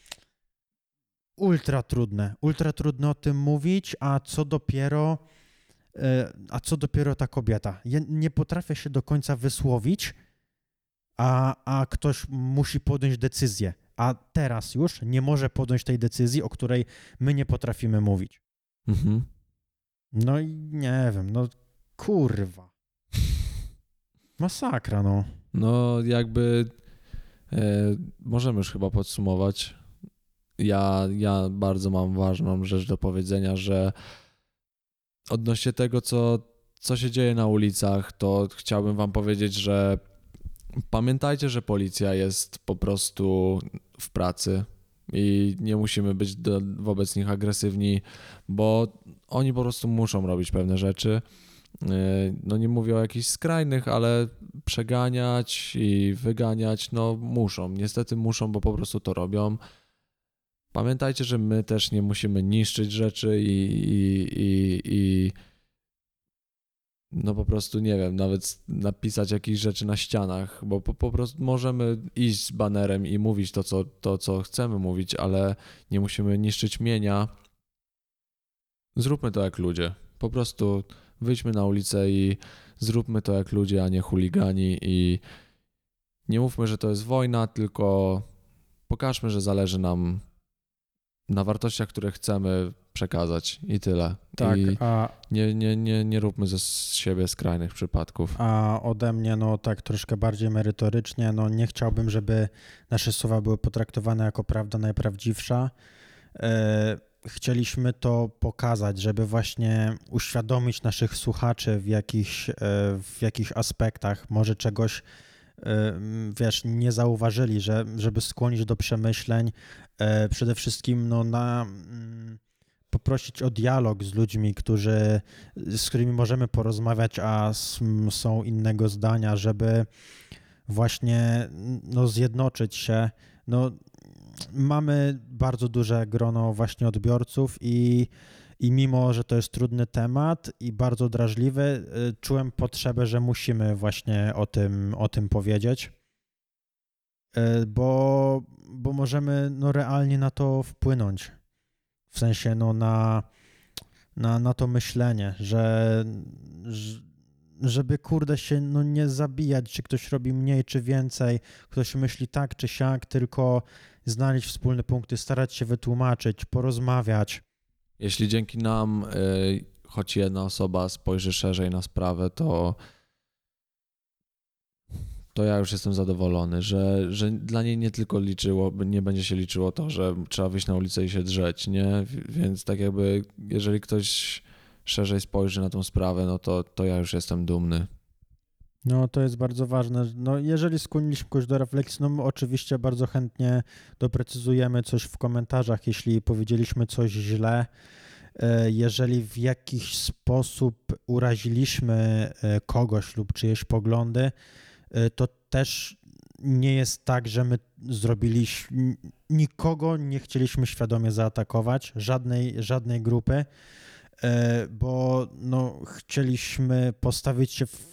ultra trudne, ultra trudno o tym mówić, a co dopiero, a co dopiero ta kobieta. Ja nie potrafię się do końca wysłowić, a, a ktoś musi podjąć decyzję, a teraz już nie może podjąć tej decyzji, o której my nie potrafimy mówić. Mhm. No i nie wiem, no kurwa. Masakra, no. No jakby e, możemy już chyba podsumować. Ja, ja bardzo mam ważną rzecz do powiedzenia, że odnośnie tego, co, co się dzieje na ulicach, to chciałbym wam powiedzieć, że pamiętajcie, że policja jest po prostu w pracy i nie musimy być do, wobec nich agresywni, bo oni po prostu muszą robić pewne rzeczy. No nie mówię o jakichś skrajnych, ale przeganiać i wyganiać, no muszą. Niestety muszą, bo po prostu to robią. Pamiętajcie, że my też nie musimy niszczyć rzeczy i, i, i, i no po prostu, nie wiem, nawet napisać jakieś rzeczy na ścianach, bo po, po prostu możemy iść z banerem i mówić to co, to, co chcemy mówić, ale nie musimy niszczyć mienia. Zróbmy to jak ludzie. Po prostu wyjdźmy na ulicę i zróbmy to jak ludzie, a nie chuligani i nie mówmy, że to jest wojna, tylko pokażmy, że zależy nam na wartościach, które chcemy przekazać i tyle. Tak, I a... nie, nie, nie, nie róbmy ze siebie skrajnych przypadków. A ode mnie, no tak troszkę bardziej merytorycznie, no nie chciałbym, żeby nasze słowa były potraktowane jako prawda najprawdziwsza. Chcieliśmy to pokazać, żeby właśnie uświadomić naszych słuchaczy w jakichś, w jakichś aspektach, może czegoś, wiesz, nie zauważyli, że, żeby skłonić do przemyśleń. Przede wszystkim no, na, poprosić o dialog z ludźmi, którzy, z którymi możemy porozmawiać, a są innego zdania, żeby właśnie no, zjednoczyć się. No, mamy bardzo duże grono właśnie odbiorców i, i mimo, że to jest trudny temat i bardzo drażliwy, czułem potrzebę, że musimy właśnie o tym, o tym powiedzieć, bo, bo możemy no, realnie na to wpłynąć, w sensie no, na, na, na to myślenie, że, żeby kurde się no, nie zabijać, czy ktoś robi mniej, czy więcej, ktoś myśli tak, czy siak, tylko znaleźć wspólne punkty, starać się wytłumaczyć, porozmawiać. Jeśli dzięki nam y, choć jedna osoba spojrzy szerzej na sprawę, to, to ja już jestem zadowolony, że, że dla niej nie tylko liczyło, nie będzie się liczyło to, że trzeba wyjść na ulicę i się drzeć, nie? Więc tak jakby, jeżeli ktoś szerzej spojrzy na tą sprawę, no to, to ja już jestem dumny. No to jest bardzo ważne. No jeżeli skłoniliśmy kogoś do refleksji, no my oczywiście bardzo chętnie doprecyzujemy coś w komentarzach, jeśli powiedzieliśmy coś źle. Jeżeli w jakiś sposób uraziliśmy kogoś lub czyjeś poglądy, to też nie jest tak, że my zrobiliśmy, nikogo nie chcieliśmy świadomie zaatakować, żadnej, żadnej grupy. bo no, chcieliśmy postawić się w,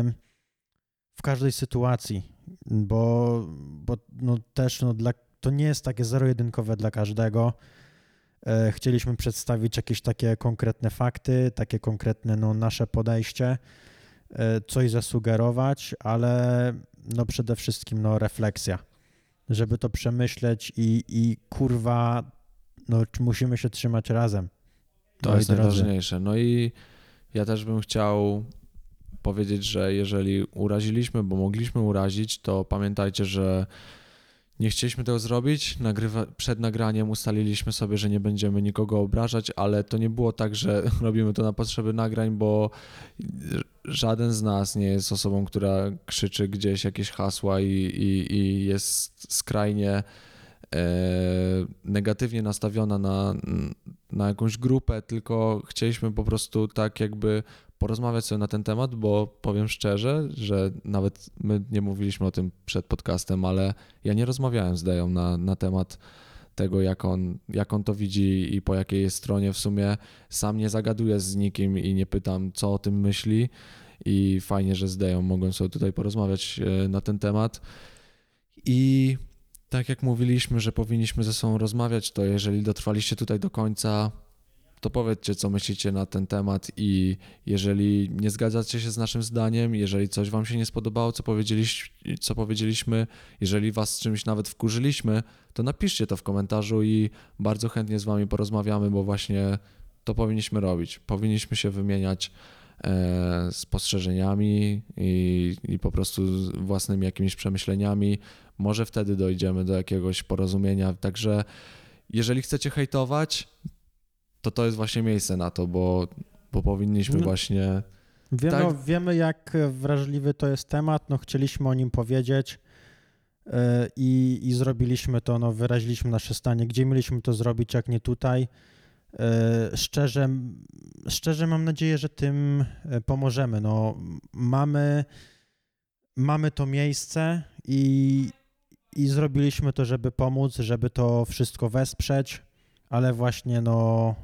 w każdej sytuacji, bo, bo no, też no, dla, to nie jest takie zero-jedynkowe dla każdego. Chcieliśmy przedstawić jakieś takie konkretne fakty, takie konkretne no, nasze podejście, coś zasugerować, ale no, przede wszystkim no, refleksja, żeby to przemyśleć i, i kurwa, no, musimy się trzymać razem. To jest najważniejsze. No i ja też bym chciał powiedzieć, że jeżeli uraziliśmy, bo mogliśmy urazić, to pamiętajcie, że nie chcieliśmy tego zrobić. Nagrywa, przed nagraniem ustaliliśmy sobie, że nie będziemy nikogo obrażać, ale to nie było tak, że robimy to na potrzeby nagrań, bo żaden z nas nie jest osobą, która krzyczy gdzieś jakieś hasła i, i, i jest skrajnie negatywnie nastawiona na, na jakąś grupę, tylko chcieliśmy po prostu tak jakby porozmawiać sobie na ten temat, bo powiem szczerze, że nawet my nie mówiliśmy o tym przed podcastem, ale ja nie rozmawiałem z Deją na, na temat tego, jak on, jak on to widzi i po jakiej jest stronie. W sumie sam nie zagaduję z nikim i nie pytam, co o tym myśli i fajnie, że z Deją mogłem sobie tutaj porozmawiać na ten temat. I tak jak mówiliśmy, że powinniśmy ze sobą rozmawiać, to jeżeli dotrwaliście tutaj do końca, to powiedzcie, co myślicie na ten temat i jeżeli nie zgadzacie się z naszym zdaniem, jeżeli coś wam się nie spodobało, co powiedzieliśmy, co powiedzieliśmy, jeżeli was z czymś nawet wkurzyliśmy, to napiszcie to w komentarzu i bardzo chętnie z wami porozmawiamy, bo właśnie to powinniśmy robić. Powinniśmy się wymieniać e, spostrzeżeniami i, i po prostu własnymi jakimiś przemyśleniami. Może wtedy dojdziemy do jakiegoś porozumienia, także jeżeli chcecie hejtować, to to jest właśnie miejsce na to, bo, bo powinniśmy no, właśnie... Wiemy, tak... wiemy, jak wrażliwy to jest temat, no chcieliśmy o nim powiedzieć yy, i, i zrobiliśmy to, no wyraziliśmy nasze stanie. Gdzie mieliśmy to zrobić, jak nie tutaj? Yy, szczerze, szczerze mam nadzieję, że tym pomożemy. No, mamy, mamy to miejsce i, i zrobiliśmy to, żeby pomóc, żeby to wszystko wesprzeć, ale właśnie no,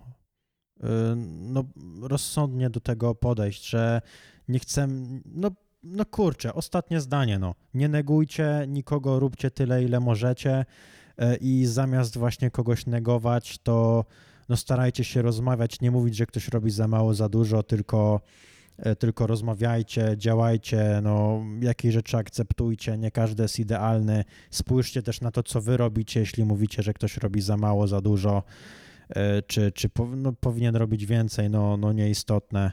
no rozsądnie do tego podejść, że nie chcemy, no, no kurczę, ostatnie zdanie, no, nie negujcie nikogo, róbcie tyle, ile możecie i zamiast właśnie kogoś negować, to no starajcie się rozmawiać, nie mówić, że ktoś robi za mało, za dużo, tylko, tylko rozmawiajcie, działajcie, no jakie rzeczy akceptujcie, nie każdy jest idealny, spójrzcie też na to, co wy robicie, jeśli mówicie, że ktoś robi za mało, za dużo, czy, czy po, no, powinien robić więcej, no, no nieistotne.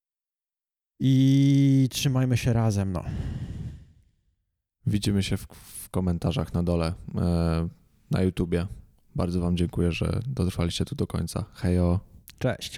I trzymajmy się razem, no. Widzimy się w, w komentarzach na dole e, na YouTubie. Bardzo wam dziękuję, że dotrwaliście tu do końca. Hejo. Cześć.